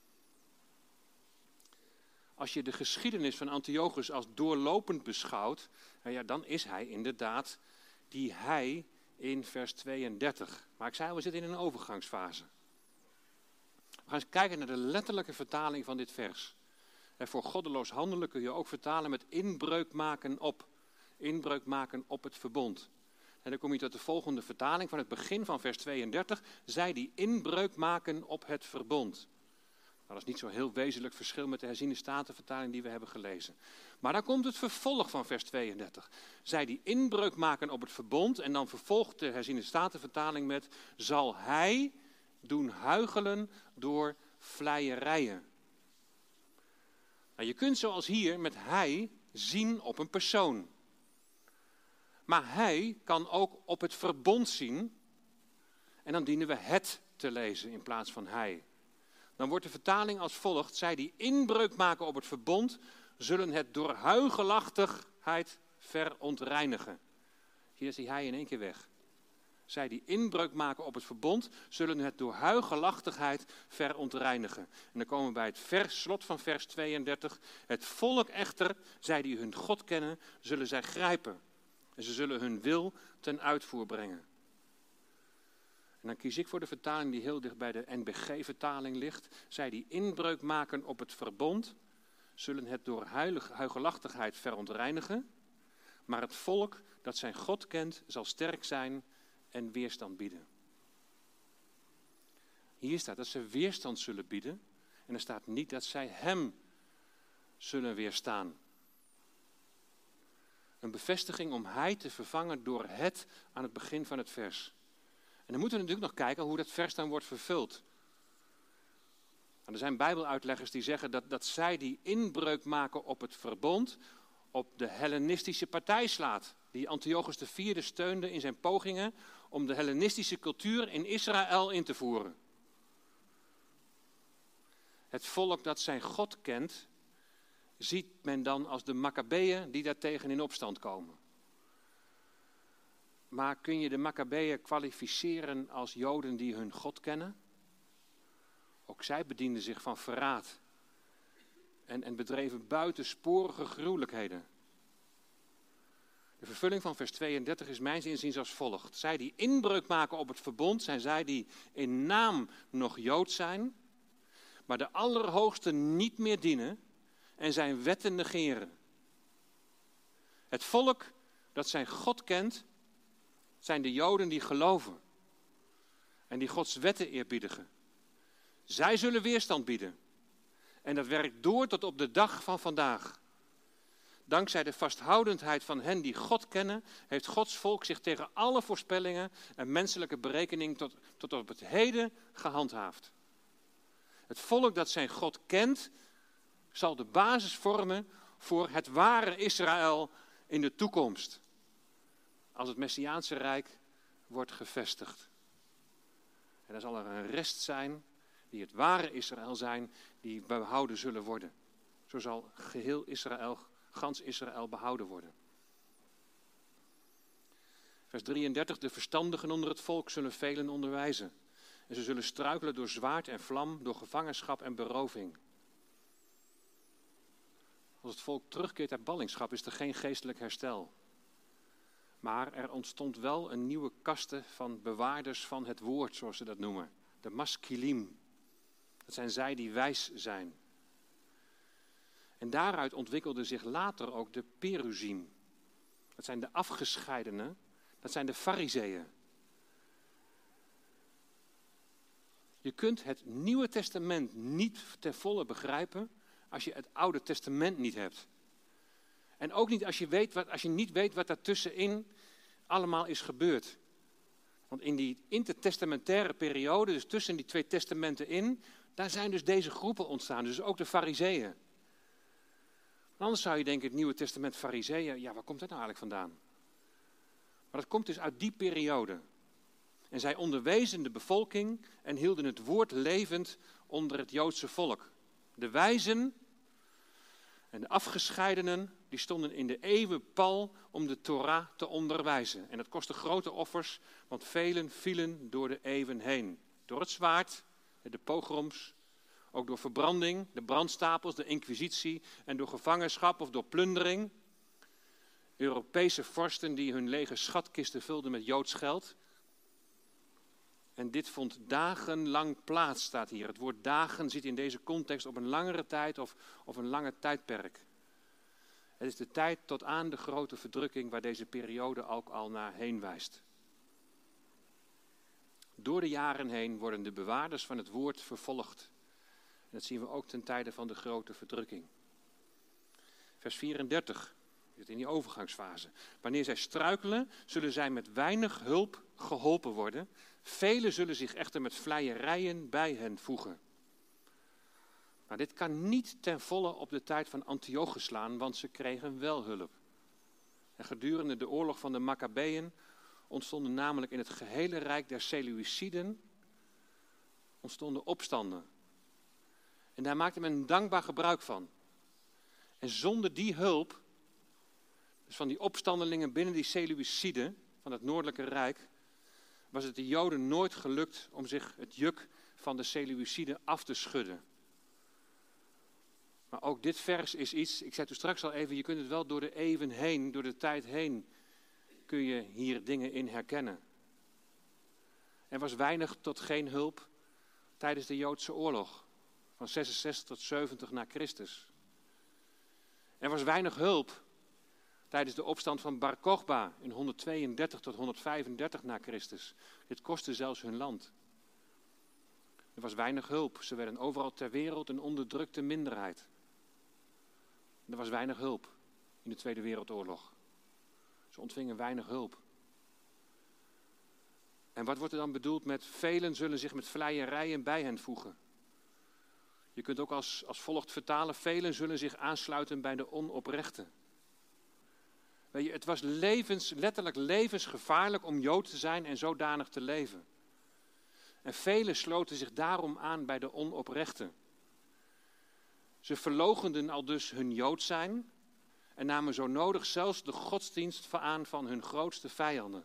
Als je de geschiedenis van Antiochus als doorlopend beschouwt, dan is hij inderdaad die hij in vers 32. Maar ik zei al, we zitten in een overgangsfase. We gaan eens kijken naar de letterlijke vertaling van dit vers. En voor goddeloos handelen kun je ook vertalen met inbreuk maken op. Inbreuk maken op het verbond. En dan kom je tot de volgende vertaling van het begin van vers 32. Zij die inbreuk maken op het verbond. Nou, dat is niet zo'n heel wezenlijk verschil met de herziene statenvertaling die we hebben gelezen. Maar dan komt het vervolg van vers 32. Zij die inbreuk maken op het verbond. En dan vervolgt de herziene statenvertaling met: zal hij doen huichelen door vleierijen. Nou, je kunt zoals hier met hij zien op een persoon. Maar hij kan ook op het verbond zien. En dan dienen we het te lezen in plaats van hij. Dan wordt de vertaling als volgt: zij die inbreuk maken op het verbond, zullen het door huigelachtigheid verontreinigen. Hier is die hij in één keer weg. Zij die inbreuk maken op het verbond, zullen het door huigelachtigheid verontreinigen. En dan komen we bij het slot van vers 32. Het volk echter, zij die hun God kennen, zullen zij grijpen. En ze zullen hun wil ten uitvoer brengen. En dan kies ik voor de vertaling die heel dicht bij de NBG-vertaling ligt. Zij die inbreuk maken op het verbond, zullen het door huigelachtigheid verontreinigen. Maar het volk dat zijn God kent, zal sterk zijn en weerstand bieden. Hier staat dat ze weerstand zullen bieden. En er staat niet dat zij hem zullen weerstaan. Een bevestiging om hij te vervangen door het aan het begin van het vers. En dan moeten we natuurlijk nog kijken hoe dat vers dan wordt vervuld. En er zijn bijbeluitleggers die zeggen dat zij die inbreuk maken op het verbond, op de Hellenistische partij slaat, die Antiochus IV steunde in zijn pogingen om de Hellenistische cultuur in Israël in te voeren. Het volk dat zijn God kent, ziet men dan als de Makkabeeën die daartegen in opstand komen. Maar kun je de Makkabeeën kwalificeren als Joden die hun God kennen? Ook zij bedienden zich van verraad en bedreven buitensporige gruwelijkheden. De vervulling van vers 32 is mijns inziens als volgt. Zij die inbreuk maken op het verbond zijn zij die in naam nog Jood zijn, maar de Allerhoogste niet meer dienen en zijn wetten negeren. Het volk dat zijn God kent, zijn de Joden die geloven en die Gods wetten eerbiedigen. Zij zullen weerstand bieden. En dat werkt door tot op de dag van vandaag. Dankzij de vasthoudendheid van hen die God kennen, heeft Gods volk zich tegen alle voorspellingen en menselijke berekening tot op het heden gehandhaafd. Het volk dat zijn God kent, zal de basis vormen voor het ware Israël in de toekomst. Als het Messiaanse Rijk wordt gevestigd. En dan zal er een rest zijn die het ware Israël zijn, die behouden zullen worden. Zo zal geheel Israël, gans Israël behouden worden. Vers 33, de verstandigen onder het volk zullen velen onderwijzen. En ze zullen struikelen door zwaard en vlam, door gevangenschap en beroving. Als het volk terugkeert uit ballingschap is er geen geestelijk herstel. Maar er ontstond wel een nieuwe kaste van bewaarders van het woord, zoals ze dat noemen. De maskilim. Dat zijn zij die wijs zijn. En daaruit ontwikkelde zich later ook de peruzim. Dat zijn de afgescheidenen. Dat zijn de farizeeën. Je kunt het Nieuwe Testament niet ten volle begrijpen als je het Oude Testament niet hebt. En ook niet als je niet weet wat daartussenin allemaal is gebeurd. Want in die intertestamentaire periode, dus tussen die twee testamenten in, daar zijn dus deze groepen ontstaan, dus ook de farizeeën. Anders zou je denken, het Nieuwe Testament farizeeën, ja, waar komt dat nou eigenlijk vandaan? Maar dat komt dus uit die periode. En zij onderwezen de bevolking en hielden het woord levend onder het Joodse volk. De wijzen en de afgescheidenen, die stonden in de eeuwen pal om de Torah te onderwijzen. En dat kostte grote offers, want velen vielen door de eeuwen heen. Door het zwaard, de pogroms, ook door verbranding, de brandstapels, de inquisitie en door gevangenschap of door plundering. Europese vorsten die hun lege schatkisten vulden met Joods geld. En dit vond dagenlang plaats, staat hier. Het woord dagen zit in deze context op een langere tijd of een lange tijdperk. Het is de tijd tot aan de grote verdrukking waar deze periode ook al naar heen wijst. Door de jaren heen worden de bewaarders van het woord vervolgd. En dat zien we ook ten tijde van de grote verdrukking. Vers 34, in die overgangsfase. Wanneer zij struikelen, zullen zij met weinig hulp geholpen worden. Velen zullen zich echter met vleierijen bij hen voegen. Maar dit kan niet ten volle op de tijd van Antiochus slaan, want ze kregen wel hulp. En gedurende de oorlog van de Makkabeeën ontstonden namelijk in het gehele rijk der Seleuciden ontstonden opstanden. En daar maakte men dankbaar gebruik van. En zonder die hulp, dus van die opstandelingen binnen die Seleuciden, van het noordelijke rijk, was het de Joden nooit gelukt om zich het juk van de Seleuciden af te schudden. Maar ook dit vers is iets, ik zei toen straks al even, je kunt het wel door de eeuwen heen, door de tijd heen, kun je hier dingen in herkennen. Er was weinig tot geen hulp tijdens de Joodse oorlog, van 66 tot 70 na Christus. Er was weinig hulp tijdens de opstand van Bar Kochba in 132 tot 135 na Christus. Dit kostte zelfs hun land. Er was weinig hulp. Ze werden overal ter wereld een onderdrukte minderheid. Er was weinig hulp in de Tweede Wereldoorlog. Ze ontvingen weinig hulp. En wat wordt er dan bedoeld met velen zullen zich met vleierijen bij hen voegen? Je kunt ook als volgt vertalen, velen zullen zich aansluiten bij de onoprechten. Weet je, het was letterlijk levensgevaarlijk om Jood te zijn en zodanig te leven. En velen sloten zich daarom aan bij de onoprechten. Ze verloochenden al dus hun Jood zijn en namen zo nodig zelfs de godsdienst aan van hun grootste vijanden.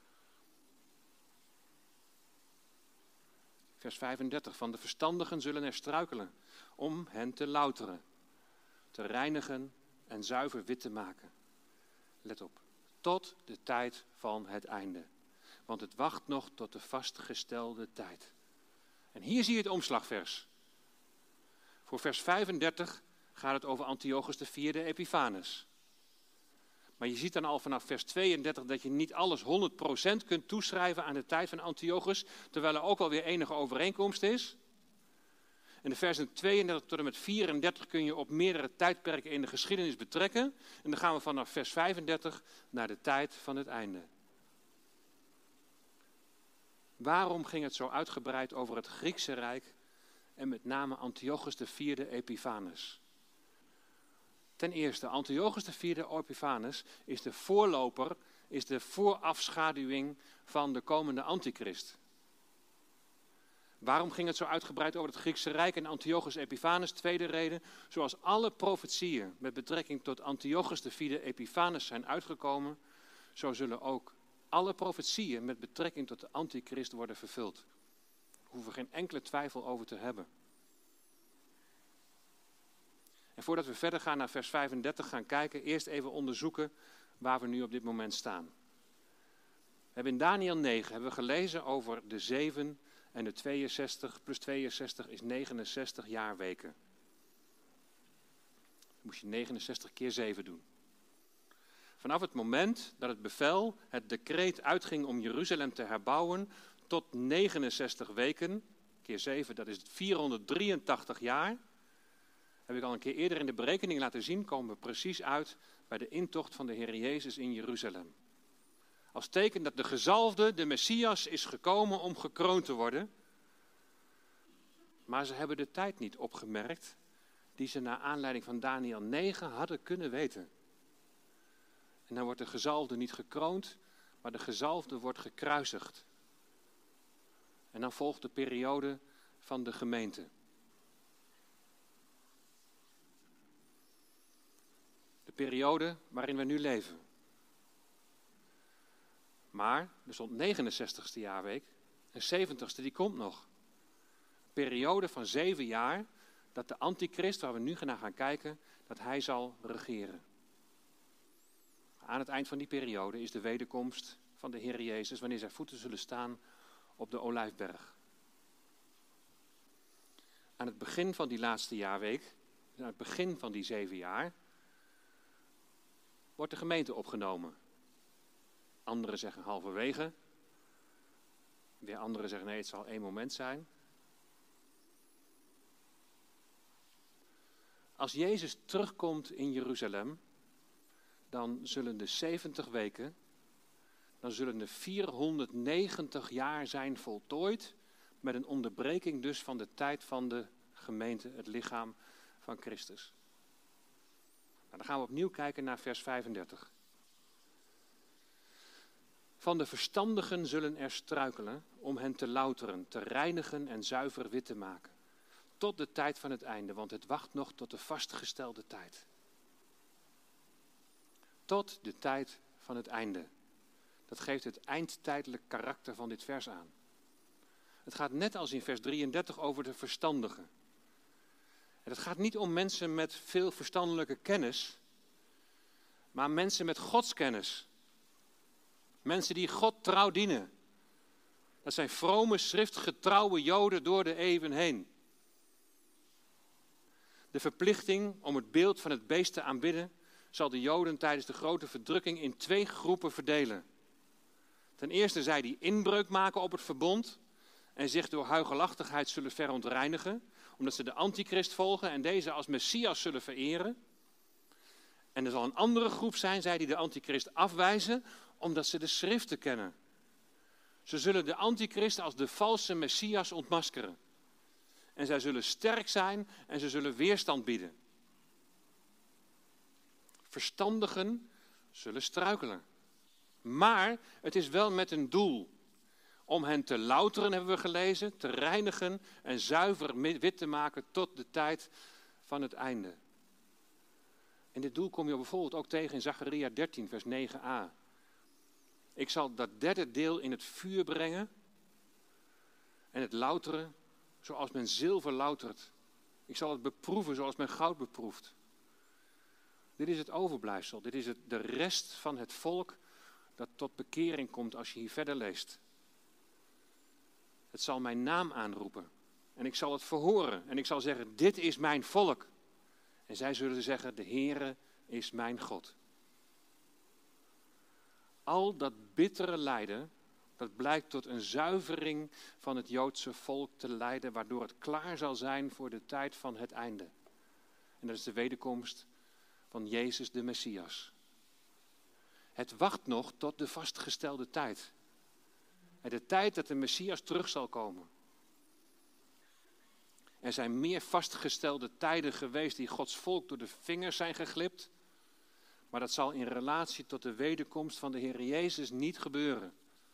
Vers 35, van de verstandigen zullen er struikelen om hen te louteren, te reinigen en zuiver wit te maken. Let op, tot de tijd van het einde. Want het wacht nog tot de vastgestelde tijd. En hier zie je het omslagvers. Voor vers 35 gaat het over Antiochus IV Epiphanes. Maar je ziet dan al vanaf vers 32 dat je niet alles 100% kunt toeschrijven aan de tijd van Antiochus, terwijl er ook wel weer enige overeenkomst is. En de versen 32 tot en met 34 kun je op meerdere tijdperken in de geschiedenis betrekken. En dan gaan we vanaf vers 35 naar de tijd van het einde. Waarom ging het zo uitgebreid over het Griekse Rijk en met name Antiochus IV Epiphanes? Ten eerste, Antiochus IV Epiphanes is de voorloper, is de voorafschaduwing van de komende antichrist. Waarom ging het zo uitgebreid over het Griekse Rijk en Antiochus Epiphanes? Tweede reden, zoals alle profetieën met betrekking tot Antiochus IV Epiphanes zijn uitgekomen, zo zullen ook alle profetieën met betrekking tot de antichrist worden vervuld. Daar hoeven we geen enkele twijfel over te hebben. En voordat we verder gaan naar vers 35 gaan kijken, eerst even onderzoeken waar we nu op dit moment staan. We hebben in Daniel 9 hebben we gelezen over de 7 en de 62 plus 62 is 69 jaarweken. Dan moest je 69 keer 7 doen. Vanaf het moment dat het bevel, het decreet uitging om Jeruzalem te herbouwen, tot 69 weken, keer 7, dat is 483 jaar. Heb ik al een keer eerder in de berekening laten zien, komen we precies uit bij de intocht van de Heer Jezus in Jeruzalem. Als teken dat de gezalfde, de Messias, is gekomen om gekroond te worden. Maar ze hebben de tijd niet opgemerkt die ze naar aanleiding van Daniel 9 hadden kunnen weten. En dan wordt de gezalfde niet gekroond, maar de gezalfde wordt gekruisigd. En dan volgt de periode van de gemeente. De periode waarin we nu leven. Maar er stond 69ste jaarweek en 70ste die komt nog. Een periode van 7 jaar dat de antichrist, waar we nu naar gaan kijken, dat hij zal regeren. Aan het eind van die periode is de wederkomst van de Heer Jezus, wanneer zijn voeten zullen staan op de Olijfberg. Aan het begin van die laatste jaarweek, aan het begin van die 7 jaar, wordt de gemeente opgenomen. Anderen zeggen halverwege. Weer anderen zeggen nee, het zal 1 moment zijn. Als Jezus terugkomt in Jeruzalem, dan zullen de 70 weken, dan zullen de 490 jaar zijn voltooid, met een onderbreking dus van de tijd van de gemeente, het lichaam van Christus. Nou, dan gaan we opnieuw kijken naar vers 35. Van de verstandigen zullen er struikelen om hen te louteren, te reinigen en zuiver wit te maken. Tot de tijd van het einde, want het wacht nog tot de vastgestelde tijd. Tot de tijd van het einde. Dat geeft het eindtijdelijk karakter van dit vers aan. Het gaat net als in vers 33 over de verstandigen. En het gaat niet om mensen met veel verstandelijke kennis, maar mensen met godskennis. Mensen die God trouw dienen. Dat zijn vrome, schriftgetrouwe Joden door de eeuwen heen. De verplichting om het beeld van het beest te aanbidden zal de Joden tijdens de grote verdrukking in 2 groepen verdelen. Ten eerste zij die inbreuk maken op het verbond en zich door huigelachtigheid zullen verontreinigen, omdat ze de antichrist volgen en deze als Messias zullen vereren. En er zal een andere groep zijn, zij die de antichrist afwijzen, omdat ze de schriften kennen. Ze zullen de antichrist als de valse Messias ontmaskeren. En zij zullen sterk zijn en ze zullen weerstand bieden. Verstandigen zullen struikelen. Maar het is wel met een doel. Om hen te louteren, hebben we gelezen, te reinigen en zuiver wit te maken tot de tijd van het einde. En dit doel kom je bijvoorbeeld ook tegen in Zacharia 13, vers 9a. Ik zal dat derde deel in het vuur brengen en het louteren zoals men zilver loutert. Ik zal het beproeven zoals men goud beproeft. Dit is het overblijfsel, dit is de rest van het volk dat tot bekering komt als je hier verder leest. Het zal mijn naam aanroepen en ik zal het verhoren en ik zal zeggen, dit is mijn volk. En zij zullen zeggen, de Heere is mijn God. Al dat bittere lijden, dat blijkt tot een zuivering van het Joodse volk te leiden, waardoor het klaar zal zijn voor de tijd van het einde. En dat is de wederkomst van Jezus de Messias. Het wacht nog tot de vastgestelde tijd. En de tijd dat de Messias terug zal komen. Er zijn meer vastgestelde tijden geweest die Gods volk door de vingers zijn geglipt. Maar dat zal in relatie tot de wederkomst van de Heer Jezus niet gebeuren.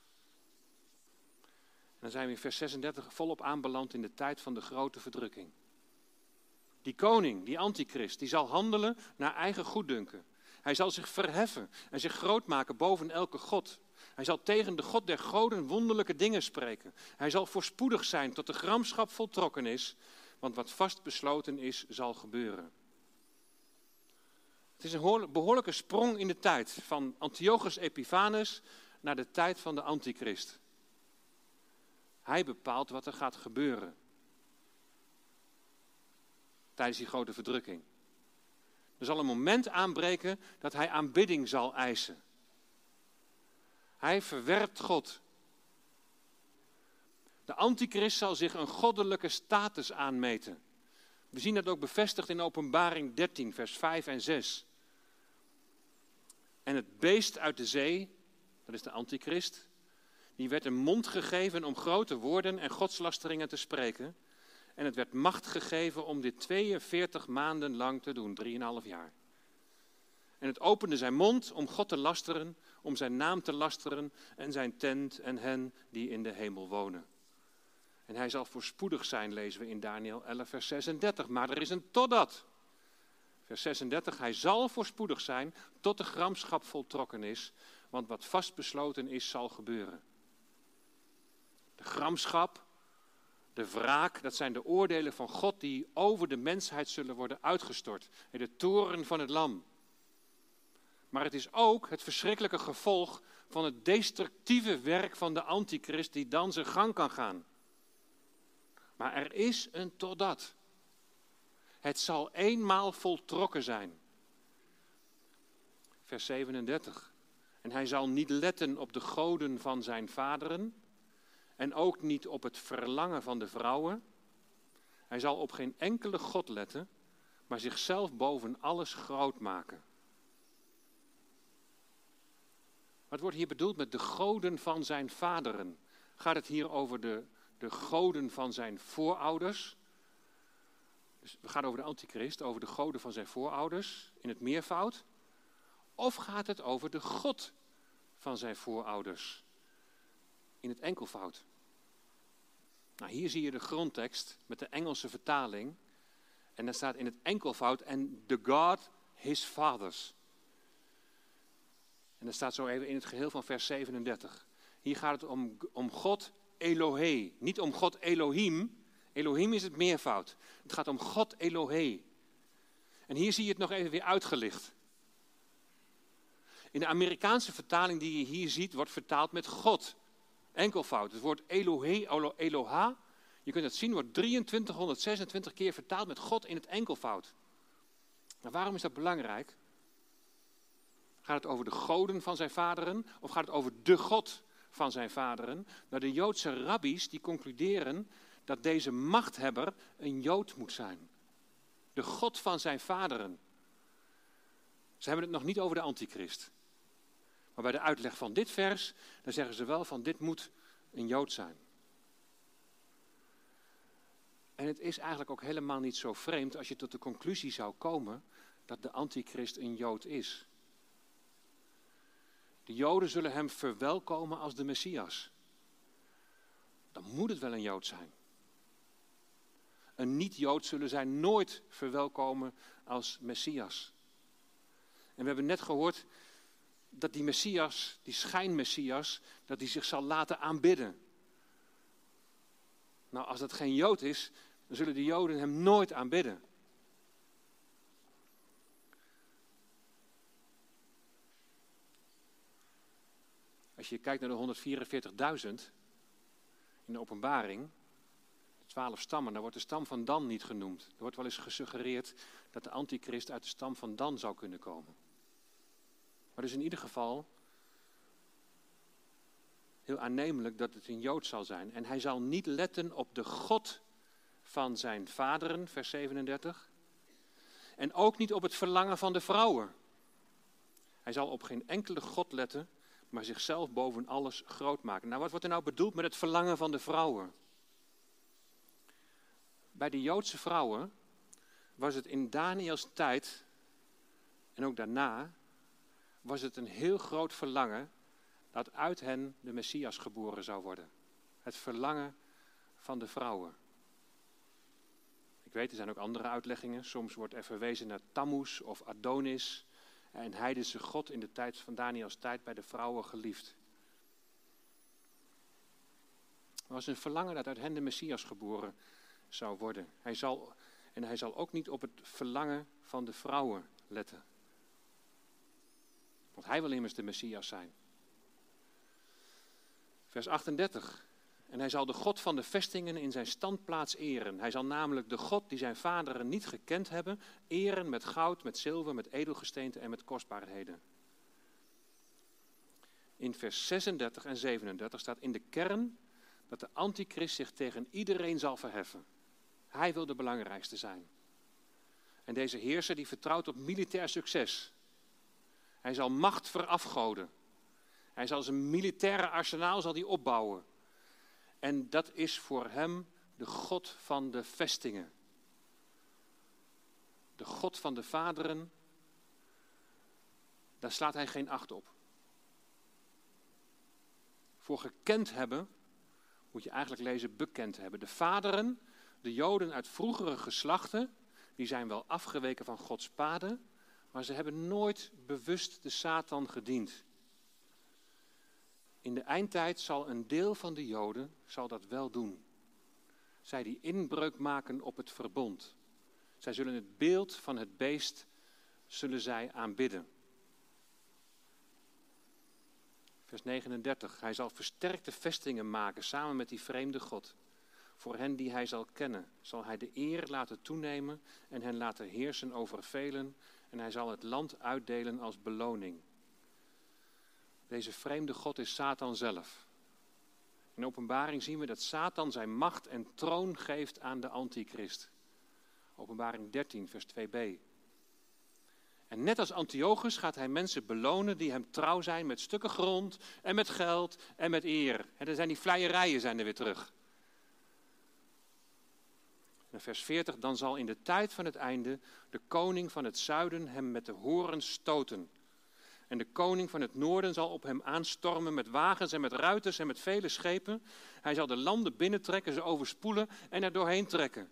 En dan zijn we in vers 36 volop aanbeland in de tijd van de grote verdrukking. Die koning, die antichrist, die zal handelen naar eigen goeddunken. Hij zal zich verheffen en zich groot maken boven elke god. Hij zal tegen de God der goden wonderlijke dingen spreken. Hij zal voorspoedig zijn tot de gramschap voltrokken is, want wat vastbesloten is, zal gebeuren. Het is een behoorlijke sprong in de tijd, van Antiochus Epiphanes naar de tijd van de antichrist. Hij bepaalt wat er gaat gebeuren tijdens die grote verdrukking. Er zal een moment aanbreken dat hij aanbidding zal eisen. Hij verwerpt God. De antichrist zal zich een goddelijke status aanmeten. We zien dat ook bevestigd in Openbaring 13, vers 5 en 6. En het beest uit de zee, dat is de antichrist, die werd een mond gegeven om grote woorden en godslasteringen te spreken. En het werd macht gegeven om dit 42 maanden lang te doen, 3,5 jaar. En het opende zijn mond om God te lasteren, om zijn naam te lasteren en zijn tent en hen die in de hemel wonen. En hij zal voorspoedig zijn, lezen we in Daniël 11, vers 36. Maar er is een totdat. Vers 36, hij zal voorspoedig zijn tot de gramschap voltrokken is, want wat vastbesloten is, zal gebeuren. De gramschap, de wraak, dat zijn de oordelen van God die over de mensheid zullen worden uitgestort. In de toren van het lam. Maar het is ook het verschrikkelijke gevolg van het destructieve werk van de antichrist die dan zijn gang kan gaan. Maar er is een totdat. Het zal eenmaal voltrokken zijn. Vers 37. En hij zal niet letten op de goden van zijn vaderen en ook niet op het verlangen van de vrouwen. Hij zal op geen enkele god letten, maar zichzelf boven alles groot maken. Wat wordt hier bedoeld met de goden van zijn vaderen? Gaat het hier over de goden van zijn voorouders? Dus het gaat over de antichrist, over de goden van zijn voorouders in het meervoud. Of gaat het over de God van zijn voorouders in het enkelvoud? Nou, hier zie je de grondtekst met de Engelse vertaling. En daar staat in het enkelvoud, en the God his fathers. En dat staat zo even in het geheel van vers 37. Hier gaat het om God Elohe, niet om God Elohim. Elohim is het meervoud. Het gaat om God Elohe. En hier zie je het nog even weer uitgelicht. In de Amerikaanse vertaling die je hier ziet, wordt vertaald met God. Enkelvoud. Het woord Elohe, Eloha, je kunt het zien, wordt 2326 keer vertaald met God in het enkelvoud. Nou, waarom is dat belangrijk? Gaat het over de goden van zijn vaderen of gaat het over de God van zijn vaderen? Nou, de Joodse rabbies die concluderen dat deze machthebber een Jood moet zijn. De God van zijn vaderen. Ze hebben het nog niet over de antichrist. Maar bij de uitleg van dit vers, dan zeggen ze wel van dit moet een Jood zijn. En het is eigenlijk ook helemaal niet zo vreemd als je tot de conclusie zou komen dat de antichrist een Jood is. De Joden zullen hem verwelkomen als de Messias. Dan moet het wel een Jood zijn. Een niet-Jood zullen zij nooit verwelkomen als Messias. En we hebben net gehoord dat die Messias, die schijnmessias, dat hij zich zal laten aanbidden. Nou, als dat geen Jood is, dan zullen de Joden hem nooit aanbidden. Als je kijkt naar de 144.000 in de Openbaring, de 12 stammen, dan wordt de stam van Dan niet genoemd. Er wordt wel eens gesuggereerd dat de antichrist uit de stam van Dan zou kunnen komen. Maar dus in ieder geval heel aannemelijk dat het een Jood zal zijn. En hij zal niet letten op de God van zijn vaderen, vers 37. En ook niet op het verlangen van de vrouwen. Hij zal op geen enkele God letten, maar zichzelf boven alles groot maken. Nou, wat wordt er nou bedoeld met het verlangen van de vrouwen? Bij de Joodse vrouwen was het in Daniëls tijd, en ook daarna, was het een heel groot verlangen dat uit hen de Messias geboren zou worden. Het verlangen van de vrouwen. Ik weet, er zijn ook andere uitleggingen. Soms wordt er verwezen naar Tammuz of Adonis, een heidense god in de tijd van Daniëls tijd bij de vrouwen geliefd. Er was een verlangen dat uit hen de Messias geboren zou worden. Hij zal ook niet op het verlangen van de vrouwen letten. Want hij wil immers de Messias zijn. Vers 38. En hij zal de God van de vestingen in zijn standplaats eren. Hij zal namelijk de God die zijn vaderen niet gekend hebben, eren met goud, met zilver, met edelgesteente en met kostbaarheden. In vers 36 en 37 staat in de kern dat de antichrist zich tegen iedereen zal verheffen. Hij wil de belangrijkste zijn. En deze heerser die vertrouwt op militair succes. Hij zal macht verafgoden. Hij zal zijn militaire arsenaal opbouwen. En dat is voor hem de God van de vestingen. De God van de vaderen, daar slaat hij geen acht op. Voor gekend hebben, moet je eigenlijk lezen bekend hebben. De vaderen, de Joden uit vroegere geslachten, die zijn wel afgeweken van Gods paden, maar ze hebben nooit bewust de Satan gediend. In de eindtijd zal een deel van de Joden dat wel doen. Zij die inbreuk maken op het verbond. Zij zullen het beeld van het beest zullen zij aanbidden. Vers 39. Hij zal versterkte vestingen maken samen met die vreemde God. Voor hen die hij zal kennen, zal hij de eer laten toenemen en hen laten heersen over velen. En hij zal het land uitdelen als beloning. Deze vreemde God is Satan zelf. In Openbaring zien we dat Satan zijn macht en troon geeft aan de antichrist. Openbaring 13, vers 2b. En net als Antiochus gaat hij mensen belonen die hem trouw zijn met stukken grond en met geld en met eer. En dan zijn die vleierijen zijn er weer terug. En vers 40, dan zal in de tijd van het einde de koning van het zuiden hem met de horen stoten. En de koning van het noorden zal op hem aanstormen met wagens en met ruiters en met vele schepen. Hij zal de landen binnentrekken, ze overspoelen en er doorheen trekken.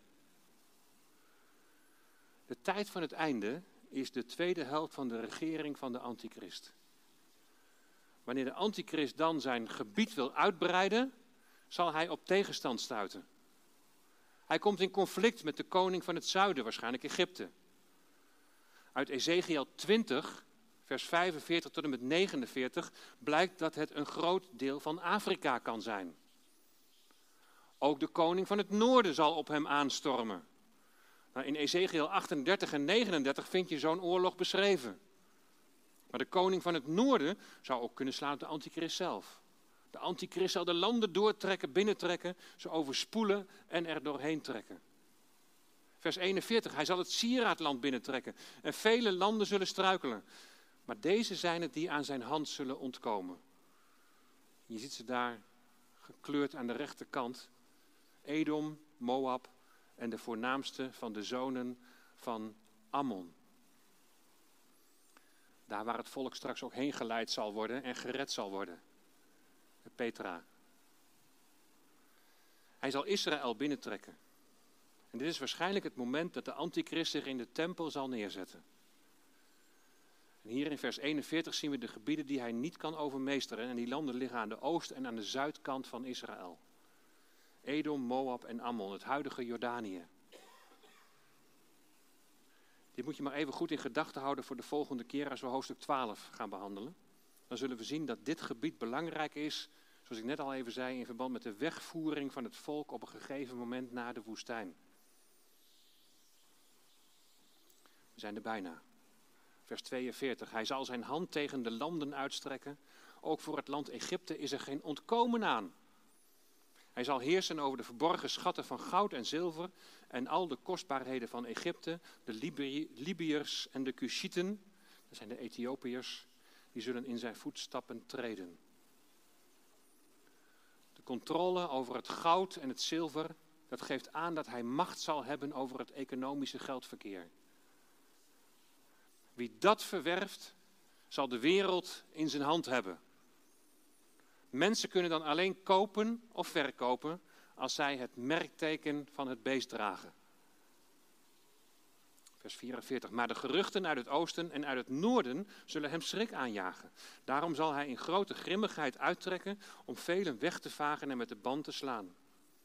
De tijd van het einde is de tweede helft van de regering van de antichrist. Wanneer de antichrist dan zijn gebied wil uitbreiden, zal hij op tegenstand stuiten. Hij komt in conflict met de koning van het zuiden, waarschijnlijk Egypte. Uit Ezekiel 20, vers 45 tot en met 49, blijkt dat het een groot deel van Afrika kan zijn. Ook de koning van het noorden zal op hem aanstormen. Nou, in Ezekiel 38 en 39 vind je zo'n oorlog beschreven. Maar de koning van het noorden zou ook kunnen slaan op de antichrist zelf. De antichrist zal de landen doortrekken, binnentrekken, ze overspoelen en er doorheen trekken. Vers 41, hij zal het sieraadland binnentrekken en vele landen zullen struikelen. Maar deze zijn het die aan zijn hand zullen ontkomen. Je ziet ze daar gekleurd aan de rechterkant. Edom, Moab en de voornaamste van de zonen van Ammon. Daar waar het volk straks ook heen geleid zal worden en gered zal worden. Petra. Hij zal Israël binnentrekken. En dit is waarschijnlijk het moment dat de antichrist zich in de tempel zal neerzetten. En hier in vers 41 zien we de gebieden die hij niet kan overmeesteren. En die landen liggen aan de oost- en aan de zuidkant van Israël. Edom, Moab en Ammon, het huidige Jordanië. Dit moet je maar even goed in gedachten houden voor de volgende keer als we hoofdstuk 12 gaan behandelen. Dan zullen we zien dat dit gebied belangrijk is, zoals ik net al even zei, in verband met de wegvoering van het volk op een gegeven moment naar de woestijn. We zijn er bijna. Vers 42. Hij zal zijn hand tegen de landen uitstrekken. Ook voor het land Egypte is er geen ontkomen aan. Hij zal heersen over de verborgen schatten van goud en zilver en al de kostbaarheden van Egypte, de Libiërs en de Cushieten, dat zijn de Ethiopiërs, die zullen in zijn voetstappen treden. De controle over het goud en het zilver, dat geeft aan dat hij macht zal hebben over het economische geldverkeer. Wie dat verwerft, zal de wereld in zijn hand hebben. Mensen kunnen dan alleen kopen of verkopen als zij het merkteken van het beest dragen. Vers 44. Maar de geruchten uit het oosten en uit het noorden zullen hem schrik aanjagen. Daarom zal hij in grote grimmigheid uittrekken om velen weg te vagen en met de band te slaan.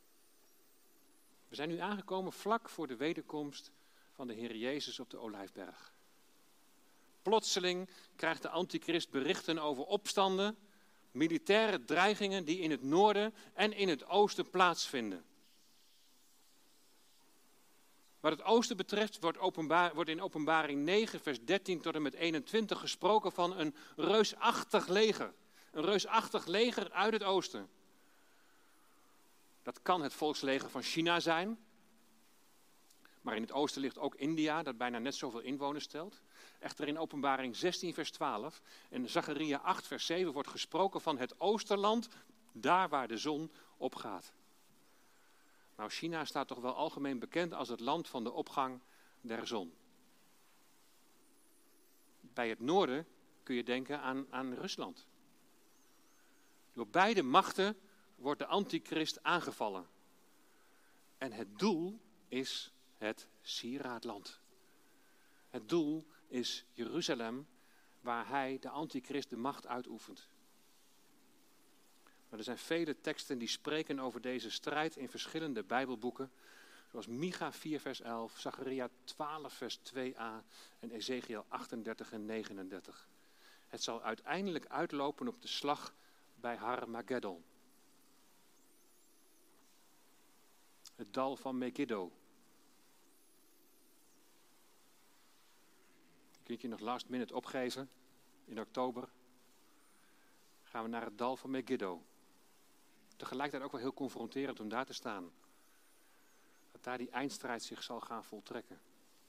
We zijn nu aangekomen vlak voor de wederkomst van de Heer Jezus op de Olijfberg. Plotseling krijgt de antichrist berichten over opstanden, militaire dreigingen die in het noorden en in het oosten plaatsvinden. Wat het oosten betreft wordt in Openbaring 9 vers 13 tot en met 21 gesproken van een reusachtig leger. Een reusachtig leger uit het oosten. Dat kan het volksleger van China zijn. Maar in het oosten ligt ook India, dat bijna net zoveel inwoners telt. Echter in Openbaring 16 vers 12 en Zacharia 8 vers 7 wordt gesproken van het oosterland, daar waar de zon opgaat. Nou, China staat toch wel algemeen bekend als het land van de opgang der zon. Bij het noorden kun je denken aan Rusland. Door beide machten wordt de antichrist aangevallen. En het doel is het sieraadland. Het doel is Jeruzalem, waar hij, de antichrist, de macht uitoefent. Maar er zijn vele teksten die spreken over deze strijd in verschillende Bijbelboeken. Zoals Micha 4 vers 11, Zacharia 12 vers 2a en Ezekiel 38 en 39. Het zal uiteindelijk uitlopen op de slag bij Harmageddon. Het dal van Megiddo. Je kunt je nog last minute opgeven. In oktober gaan we naar het dal van Megiddo. Tegelijkertijd ook wel heel confronterend om daar te staan. Dat daar die eindstrijd zich zal gaan voltrekken.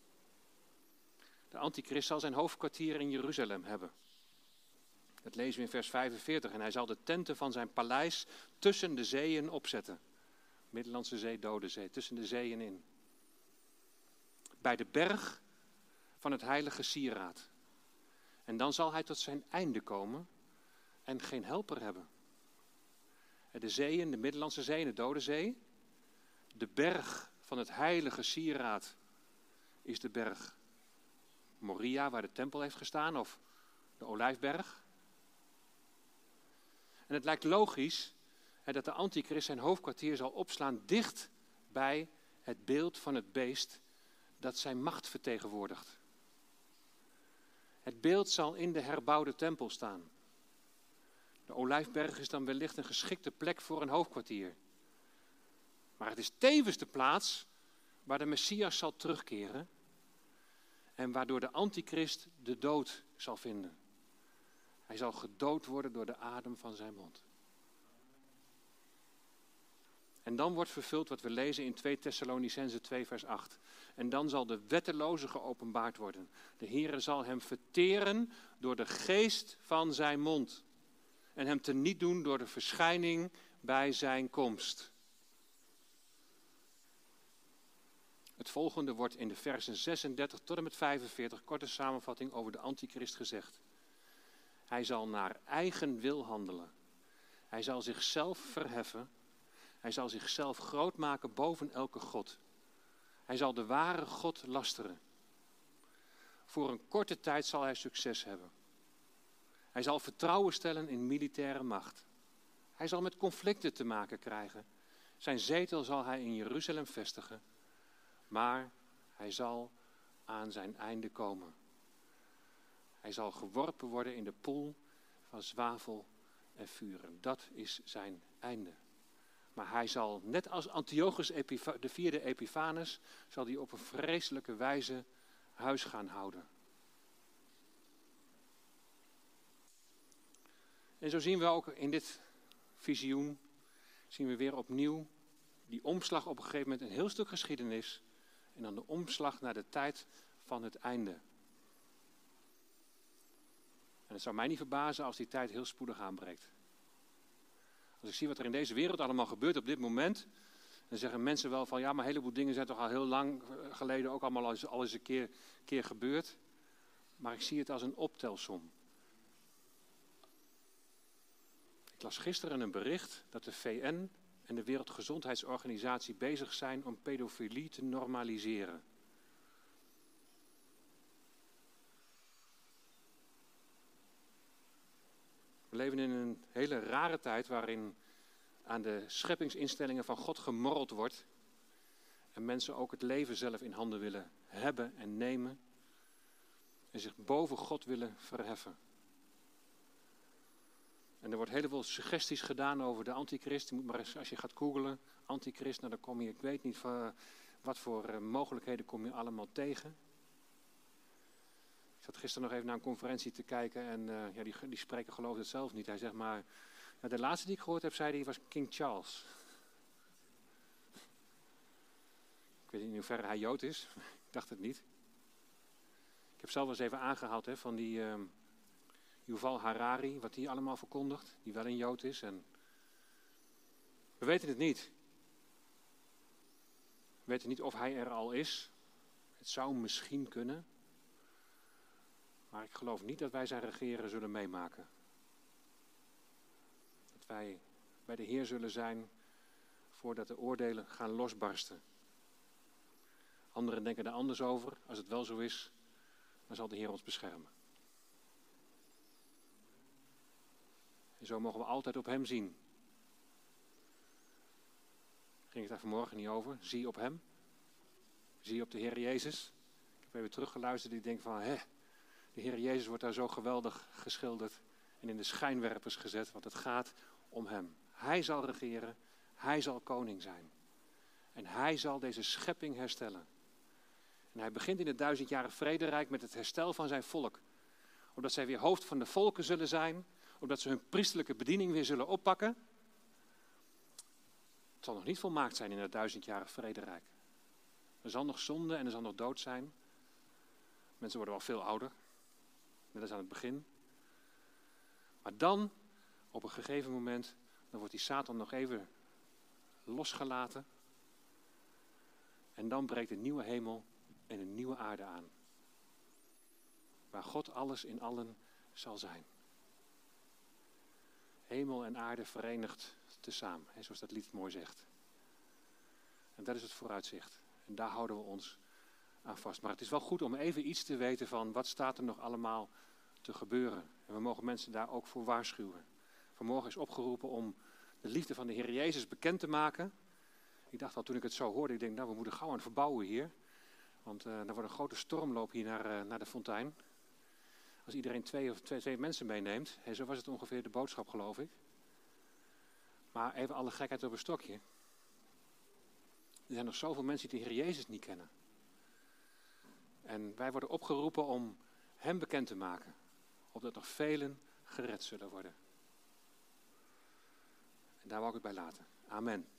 De antichrist zal zijn hoofdkwartier in Jeruzalem hebben. Dat lezen we in vers 45. En hij zal de tenten van zijn paleis tussen de zeeën opzetten. Middellandse Zee, Dode Zee, tussen de zeeën in. Bij de berg van het heilige sieraad. En dan zal hij tot zijn einde komen en geen helper hebben. De zeeën, de Middellandse Zee en de Dode Zee. De berg van het heilige sieraad is de berg Moria, waar de tempel heeft gestaan, of de Olijfberg. En het lijkt logisch dat de antichrist zijn hoofdkwartier zal opslaan dicht bij het beeld van het beest dat zijn macht vertegenwoordigt. Het beeld zal in de herbouwde tempel staan. De Olijfberg is dan wellicht een geschikte plek voor een hoofdkwartier. Maar het is tevens de plaats waar de Messias zal terugkeren en waardoor de antichrist de dood zal vinden. Hij zal gedood worden door de adem van zijn mond. En dan wordt vervuld wat we lezen in 2 Thessalonicenzen 2 vers 8. En dan zal de wetteloze geopenbaard worden. De Heere zal hem verteren door de geest van zijn mond. En hem teniet doen door de verschijning bij zijn komst. Het volgende wordt in de versen 36 tot en met 45, korte samenvatting over de antichrist gezegd. Hij zal naar eigen wil handelen. Hij zal zichzelf verheffen. Hij zal zichzelf groot maken boven elke god. Hij zal de ware God lasteren. Voor een korte tijd zal hij succes hebben. Hij zal vertrouwen stellen in militaire macht. Hij zal met conflicten te maken krijgen. Zijn zetel zal hij in Jeruzalem vestigen. Maar hij zal aan zijn einde komen. Hij zal geworpen worden in de poel van zwavel en vuren. Dat is zijn einde. Maar hij zal, net als Antiochus de vierde Epiphanes, zal hij op een vreselijke wijze huis gaan houden. En zo zien we ook in dit visioen, zien we weer opnieuw die omslag op een gegeven moment, een heel stuk geschiedenis. En dan de omslag naar de tijd van het einde. En het zou mij niet verbazen als die tijd heel spoedig aanbreekt. Als ik zie wat er in deze wereld allemaal gebeurt op dit moment, dan zeggen mensen wel van ja, maar een heleboel dingen zijn toch al heel lang geleden ook allemaal al eens een keer gebeurd. Maar ik zie het als een optelsom. Ik las gisteren een bericht dat de VN en de Wereldgezondheidsorganisatie bezig zijn om pedofilie te normaliseren. We leven in een hele rare tijd waarin aan de scheppingsinstellingen van God gemorreld wordt. En mensen ook het leven zelf in handen willen hebben en nemen. En zich boven God willen verheffen. En er wordt heel veel suggesties gedaan over de antichrist. Je moet maar eens, als je gaat googlen, antichrist, nou dan kom je, ik weet niet wat voor mogelijkheden kom je allemaal tegen. Ik zat gisteren nog even naar een conferentie te kijken en die spreker geloofde het zelf niet. Hij zegt maar, de laatste die ik gehoord heb, zei hij, was King Charles. Ik weet niet in hoeverre hij Jood is, ik dacht het niet. Ik heb zelf wel eens even aangehaald van die Yuval Harari, wat die allemaal verkondigt, die wel een Jood is. En we weten het niet. We weten niet of hij er al is. Het zou misschien kunnen. Maar ik geloof niet dat wij zijn regeren zullen meemaken. Dat wij bij de Heer zullen zijn voordat de oordelen gaan losbarsten. Anderen denken er anders over. Als het wel zo is, dan zal de Heer ons beschermen. En zo mogen we altijd op hem zien. Ging het daar vanmorgen niet over? Zie op hem. Zie op de Heer Jezus. Ik heb even teruggeluisterd en ik denk van, de Heer Jezus wordt daar zo geweldig geschilderd en in de schijnwerpers gezet, want het gaat om hem. Hij zal regeren, hij zal koning zijn. En hij zal deze schepping herstellen. En hij begint in het 1000-jarig vrederijk met het herstel van zijn volk. Opdat zij weer hoofd van de volken zullen zijn, opdat ze hun priestelijke bediening weer zullen oppakken. Het zal nog niet volmaakt zijn in het 1000-jarig vrederijk. Er zal nog zonde en er zal nog dood zijn. Mensen worden wel veel ouder. Net als aan het begin. Maar dan, op een gegeven moment, dan wordt die Satan nog even losgelaten. En dan breekt een nieuwe hemel en een nieuwe aarde aan. Waar God alles in allen zal zijn. Hemel en aarde verenigd tezamen, zoals dat lied mooi zegt. En dat is het vooruitzicht. En daar houden we ons aan vast. Maar het is wel goed om even iets te weten van wat staat er nog allemaal te gebeuren. En we mogen mensen daar ook voor waarschuwen. Vanmorgen is opgeroepen om de liefde van de Heer Jezus bekend te maken. Ik dacht al toen ik het zo hoorde, ik denk nou we moeten gauw aan het verbouwen hier. Want er wordt een grote stormloop hier naar de fontein. Als iedereen twee mensen meeneemt. Zo was het ongeveer de boodschap geloof ik. Maar even alle gekheid op een stokje. Er zijn nog zoveel mensen die de Heer Jezus niet kennen. En wij worden opgeroepen om hem bekend te maken. Opdat nog velen gered zullen worden. En daar wou ik het bij laten. Amen.